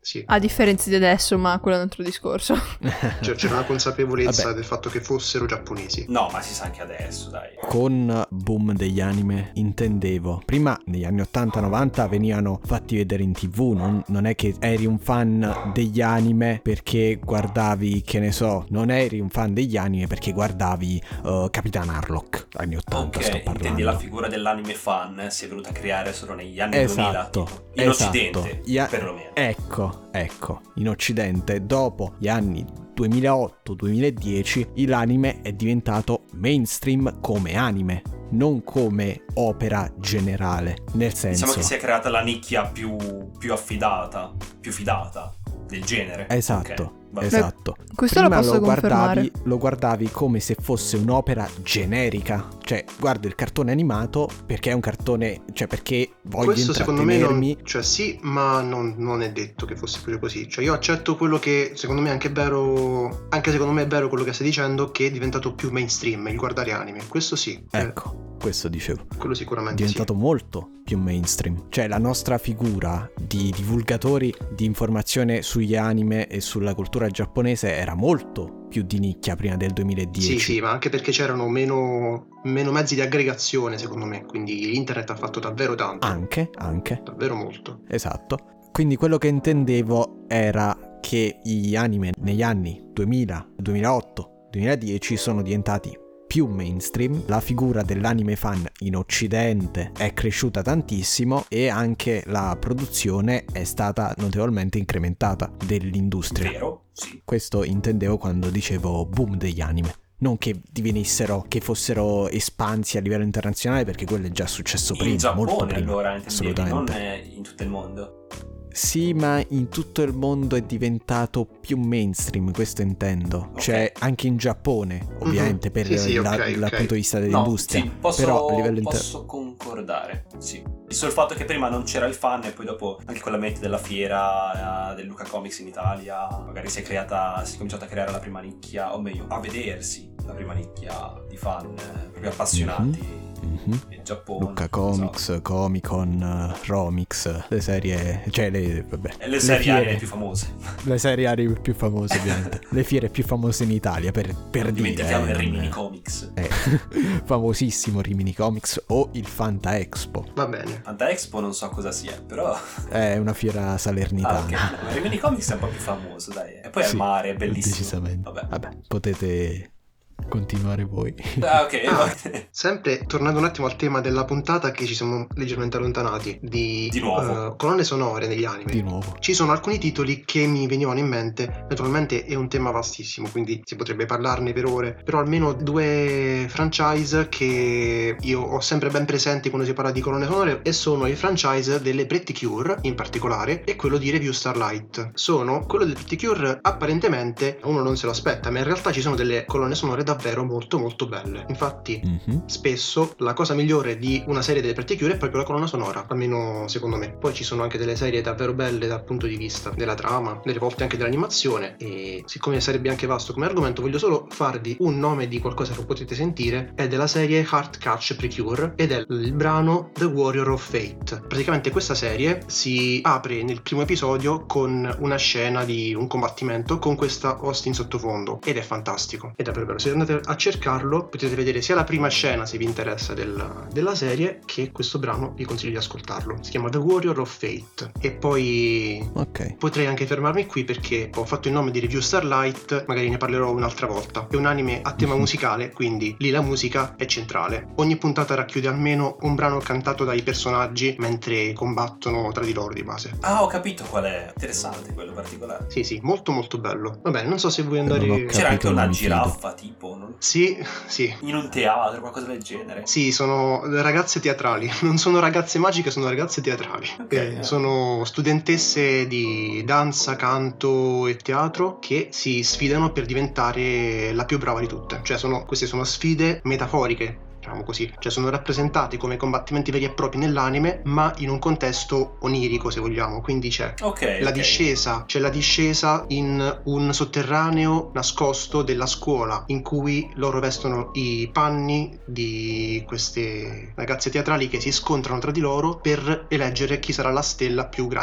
D: sì.
B: A differenza di adesso, ma quello è un altro discorso.
D: Cioè, c'era una consapevolezza
A: Vabbè.
D: del fatto che fossero giapponesi.
C: No, ma si sa anche adesso, dai.
A: Con boom degli anime intendevo, prima negli anni ottanta novanta venivano fatti vedere in tv, non, non è che eri un fan degli anime perché guardavi, che ne so, non eri un fan degli anime perché guardavi uh, Capitan Harlock, anni ottanta
C: Ok,
A: sto parlando.
C: intendi la figura dell'anime fan eh, si è venuta a creare solo negli anni
A: Esatto,
C: duemila, tipo, in
A: esatto.
C: Occidente,
A: Ya-
C: perlomeno.
A: Ecco, ecco, in Occidente dopo gli anni duemilaotto duemiladieci l'anime è diventato mainstream come anime, non come opera generale, nel senso...
C: Diciamo che si è creata la nicchia più, più affidata, più fidata del genere.
A: Esatto,
C: Ok, va bene.
A: esatto.
B: Questo
A: Prima
B: lo posso
A: guardavi,
B: confermare.
A: lo guardavi come se fosse un'opera generica, cioè guardo il cartone animato perché è un cartone, cioè perché voglio
D: Questo secondo me
A: intrattenermi.
D: non, cioè sì, ma non, non è detto che fosse proprio così. Cioè io accetto quello che secondo me è anche vero, anche secondo me è vero quello che stai dicendo, che è diventato più mainstream il guardare anime. Questo sì, eh,
A: Ecco, questo dicevo.
D: quello
A: È
D: sicuramente
A: diventato
D: sì.
A: molto più mainstream. Cioè la nostra figura di divulgatori di informazione sugli anime e sulla cultura giapponese era molto più di nicchia prima del duemiladieci.
D: Sì, sì, ma anche perché c'erano meno, meno mezzi di aggregazione secondo me, quindi internet ha fatto davvero tanto,
A: Anche, anche,
D: davvero molto.
A: esatto. Quindi quello che intendevo era che gli anime negli anni duemila, duemilaotto, duemiladieci sono diventati più mainstream, la figura dell'anime fan in Occidente è cresciuta tantissimo e anche la produzione è stata notevolmente incrementata dell'industria.
C: Vero? Sì.
A: Questo intendevo quando dicevo boom degli anime. Non che divenissero, che fossero espansi a livello internazionale, perché quello è già successo prima,
C: In
A: molto
C: Giappone
A: prima,
C: allora, intendevi, non
A: assolutamente.
C: eh, in tutto il mondo.
A: Sì, ma in tutto il mondo è diventato più mainstream, questo intendo.
C: Ok.
A: Cioè, anche in Giappone, ovviamente,
D: Mhm.
A: per
D: Sì, sì,
A: la-
D: ok,
A: dal
D: ok.
A: punto di vista
C: No,
A: dell'industria.
C: sì, posso,
A: Però a livello inter-
C: posso concordare, sì. Visto il fatto che prima non c'era il fan e poi dopo anche con la mente della fiera eh, del Luca Comics in Italia, magari si è creata, si è cominciata a creare la prima nicchia, o meglio, a vedersi la prima nicchia di fan eh, proprio appassionati.
A: Mhm.
C: In Giappone,
A: Luca Comics,
C: esatto.
A: Comic Con, Romix, le serie, cioè le, vabbè,
C: E le serie
A: fiere-
C: anime più famose.
A: le serie anime più famose ovviamente, le fiere più famose in Italia per, per
C: Non
A: dire.
C: dimentichiamo
A: eh,
C: il
A: non-
C: Rimini Comics.
A: eh, famosissimo Rimini Comics o il Fanta Expo,
D: Va bene.
C: Fanta Expo non so cosa sia, però...
A: è una fiera
C: Ah,
A: salernitana.
C: ok. Il Rimini Comics è un po' più famoso, dai. E poi al
A: Sì,
C: mare, è bellissimo.
A: Decisamente.
C: Vabbè.
A: Vabbè, potete continuare voi.
C: Ah, ok.
D: Ah,
C: va bene.
D: sempre tornando un attimo al tema della puntata, che ci siamo leggermente allontanati di,
C: Di nuovo.
D: eh, colonne sonore negli anime.
A: Di nuovo.
D: Ci sono alcuni titoli che mi venivano in mente, naturalmente è un tema vastissimo, quindi si potrebbe parlarne per ore, però almeno due franchise che io ho sempre ben presenti quando si parla di colonne sonore, e sono i franchise delle Pretty Cure in particolare e quello di Review Starlight. Sono quello delle Pretty Cure, apparentemente uno non se lo aspetta, ma in realtà ci sono delle colonne sonore davvero molto molto belle. Infatti
A: Mhm.
D: spesso la cosa migliore di una serie delle Pretty Cure è proprio la colonna sonora, almeno secondo me. Poi ci sono anche delle serie davvero belle dal punto di vista della trama, delle volte anche dell'animazione, e siccome sarebbe anche vasto come argomento voglio solo farvi un nome di qualcosa che potete sentire. È della serie Heart Catch Precure ed è il brano The Warrior of Fate. Praticamente questa serie si apre nel primo episodio con una scena di un combattimento con questa host in sottofondo ed è fantastico, è davvero bello. Se andate a cercarlo potete vedere sia la prima scena, se vi interessa, della, della serie, che questo brano vi consiglio di ascoltarlo. Si chiama The Warrior of Fate. E poi
A: Ok.
D: potrei anche fermarmi qui perché ho fatto il nome di Review Starlight, magari ne parlerò un'altra volta. È un anime a tema musicale, quindi lì la musica è centrale. Ogni puntata racchiude almeno un brano cantato dai personaggi mentre combattono tra di loro di base.
C: Ah, ho capito qual è. Interessante quello particolare.
D: Sì, sì, molto molto bello. Vabbè, non so se vuoi
A: Non ho
D: andare...
A: capito.
C: C'era anche una
A: non mi fido.
C: giraffa, tipo, non-
D: Sì, sì.
C: in un teatro, qualcosa del genere.
D: Sì, sono ragazze teatrali, non sono ragazze magiche, sono ragazze teatrali.
C: Ok,
D: Eh,
C: eh.
D: sono studentesse di danza, canto e teatro che si sfidano per diventare la più brava di tutte. Cioè, sono, queste sono sfide metaforiche, diciamo così. Cioè, sono rappresentate come combattimenti veri e propri nell'anime, ma in un contesto onirico, se vogliamo. Quindi c'è
C: Ok.
D: la
C: ok.
D: discesa, c'è la discesa in un sotterraneo nascosto della scuola, in cui loro vestono i panni di queste ragazze teatrali che si scontrano tra di loro per eleggere chi sarà la stella più grande di tutte.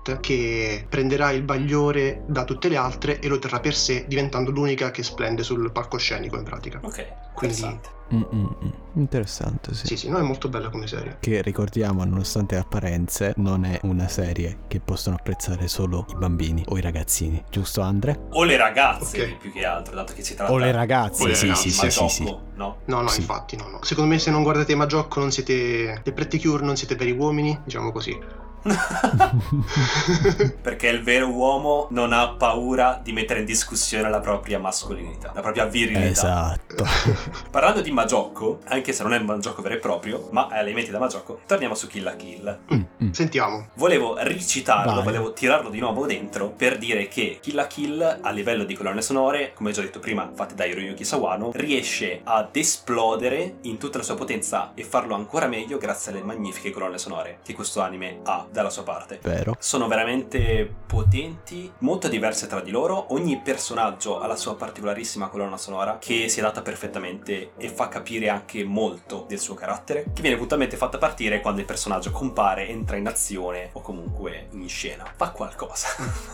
D: plot che prenderà il bagliore da tutte le altre e lo terrà per sé, diventando l'unica che splende sul palcoscenico in pratica.
C: Ok,
D: quindi
C: interessante.
A: Mm-mm. Interessante, sì.
D: Sì, sì, no, è molto bella come serie.
A: Che ricordiamo, nonostante le apparenze, non è una serie che possono apprezzare solo i bambini o i ragazzini, giusto Andre?
C: O le ragazze,
D: Ok.
C: più che altro, dato che si tratta
A: O le ragazze,
D: O le
A: sì,
D: ragazze,
A: sì, sì, sì, sì.
C: Majocco, no?
D: No, no,
A: Sì.
D: infatti, no, no. Secondo me se non guardate Majocco non siete The Pretty Cure, non siete veri uomini, diciamo così.
C: Perché il vero uomo non ha paura di mettere in discussione la propria mascolinità, la propria virilità.
A: Esatto.
C: Parlando di Majocco, anche se non è un Majocco vero e proprio, ma è elementi da Majocco, torniamo su Kill la Kill.
A: Mm, mm.
D: Sentiamo.
C: Volevo ricitarlo,
A: Vai.
C: volevo tirarlo di nuovo dentro per dire che Kill la Kill a livello di colonne sonore, come già detto prima, fatte da Hiroyuki Sawano, riesce ad esplodere in tutta la sua potenza e farlo ancora meglio grazie alle magnifiche colonne sonore che questo anime ha dalla sua parte.
A: Vero.
C: Sono veramente potenti, molto diverse tra di loro, ogni personaggio ha la sua particolarissima colonna sonora che si adatta perfettamente e fa capire anche molto del suo carattere, che viene puntualmente fatta partire quando il personaggio compare, entra in azione o comunque in scena, fa qualcosa.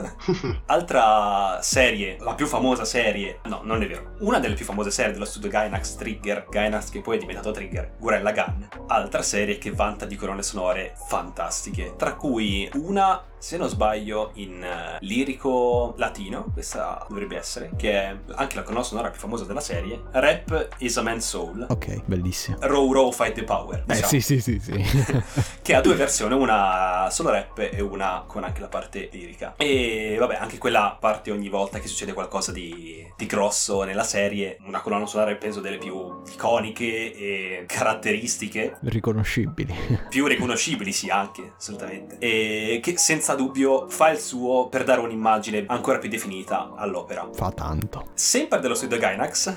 C: Altra serie, la più famosa serie, no, non è vero, una delle più famose serie dello studio Gainax, Trigger, Gainax che poi è diventato Trigger, Gurren Lagann, altra serie che vanta di colonne sonore fantastiche, tra cui una, se non sbaglio, in uh, lirico latino, questa dovrebbe essere, che è anche la colonna sonora più famosa della serie, Rap is a Man's Soul.
A: Ok, bellissimo.
C: Row Row Fight the Power,
A: Eh
C: diciamo.
A: sì, sì, sì, sì.
C: Che ha due versioni, una solo rap e una con anche la parte lirica. E vabbè, anche quella parte ogni volta che succede qualcosa di, di grosso nella serie, una colonna sonora penso delle più iconiche e caratteristiche,
A: Riconoscibili.
C: più riconoscibili, sì, anche, assolutamente. E che senza dubbio fa il suo per dare un'immagine ancora più definita all'opera.
A: Fa tanto.
C: Sempre dello studio Gainax,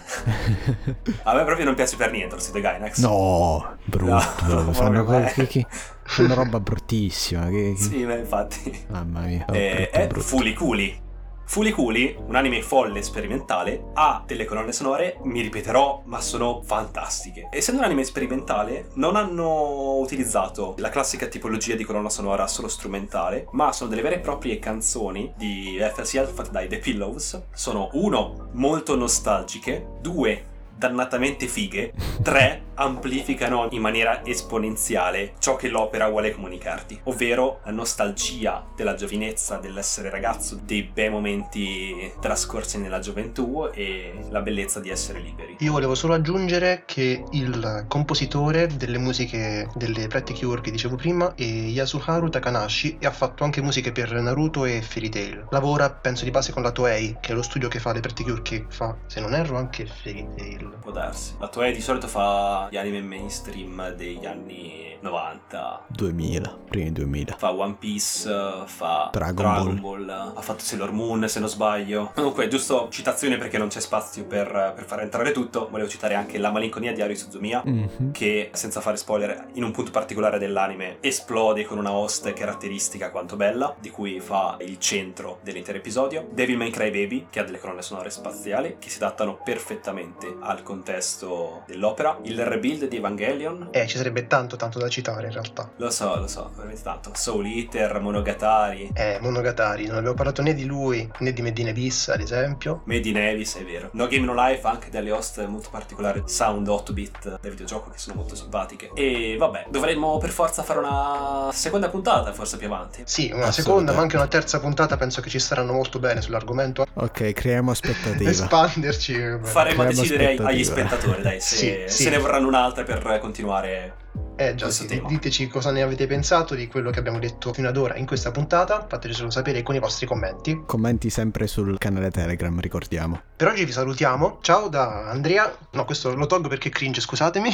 C: a me proprio non piace per niente lo studio Gainax.
A: No, brutto.
C: No,
A: fanno,
C: vabbè.
A: co- che- che- fanno roba bruttissima. Che, che-
C: Sì, ma infatti.
A: Mamma mia. Oh,
C: Eh,
A: brutto,
C: è
A: brutto.
C: Fuliculi. Fuliculi, un anime folle sperimentale, ha delle colonne sonore, mi ripeterò, ma sono fantastiche. Essendo un anime sperimentale, non hanno utilizzato la classica tipologia di colonna sonora solo strumentale, ma sono delle vere e proprie canzoni di F L C L fatte dai The Pillows. Sono uno, molto nostalgiche, due, dannatamente fighe, tre, amplificano in maniera esponenziale ciò che l'opera vuole comunicarti, ovvero la nostalgia della giovinezza, dell'essere ragazzo, dei bei momenti trascorsi nella gioventù e la bellezza di essere liberi.
D: Io volevo solo aggiungere che il compositore delle musiche delle Pretty Cure che dicevo prima è Yasuharu Takanashi e ha fatto anche musiche per Naruto e Fairy Tail. Lavora, penso, di base con la Toei, che è lo studio che fa le Pretty Cure, che fa, se non erro, anche Fairy Tail.
C: Può darsi. La Toei di solito fa gli anime mainstream degli anni novanta.
A: duemila, primi duemila.
C: Fa One Piece, fa
A: Dragon
C: Dragon Ball, ha fatto Sailor Moon se non sbaglio. Comunque, giusto citazione perché non c'è spazio per, per far entrare tutto. Volevo citare anche La malinconia di Haru Suzumiya,
A: Mhm.
C: che senza fare spoiler in un punto particolare dell'anime esplode con una host caratteristica quanto bella, di cui fa il centro dell'intero episodio. Devil May Cry Baby, che ha delle colonne sonore spaziali che si adattano perfettamente al contesto dell'opera. Il rebuild di Evangelion,
D: Eh, ci sarebbe tanto tanto da citare in realtà.
C: lo so, lo so, veramente tanto. Soul Eater, Monogatari,
D: Eh, Monogatari, non abbiamo parlato né di lui né di Medine Bis, ad esempio.
C: Made in Abyss, è vero. No Game No Life, anche delle host molto particolari, sound otto bit del videogioco, che sono molto simpatiche. E vabbè, dovremmo per forza fare una seconda puntata, forse più avanti.
D: Sì, una
A: Assolutamente.
D: seconda ma anche una terza puntata penso che ci staranno molto bene sull'argomento.
A: Ok, creiamo aspettativa.
D: Espanderci. vabbè.
C: Faremo
A: Creiamo
C: decidere ai- agli
A: aspettative.
C: spettatori, dai, se,
D: Sì,
C: se
D: sì.
C: ne vorranno un'altra per continuare.
D: Eh già,
C: questo
D: sì.
C: tema.
D: Diteci cosa ne avete pensato di quello che abbiamo detto fino ad ora in questa puntata, fatecelo sapere con i vostri commenti.
A: Commenti sempre sul canale Telegram, ricordiamo.
D: Per oggi vi salutiamo, ciao da Andrea, no questo lo tolgo perché cringe, scusatemi.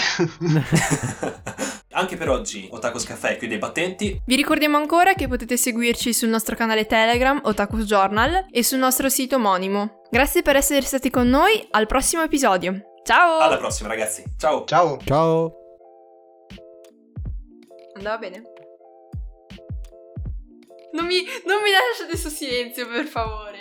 C: Anche per oggi Otakus Caffè chiude i battenti.
B: Vi ricordiamo ancora che potete seguirci sul nostro canale Telegram Otakus Journal e sul nostro sito omonimo. Grazie per essere stati con noi, al prossimo episodio. Ciao!
C: Alla prossima, ragazzi. Ciao.
D: Ciao!
A: Ciao!
B: Andava bene? Non mi, non mi lasciate su silenzio, per favore.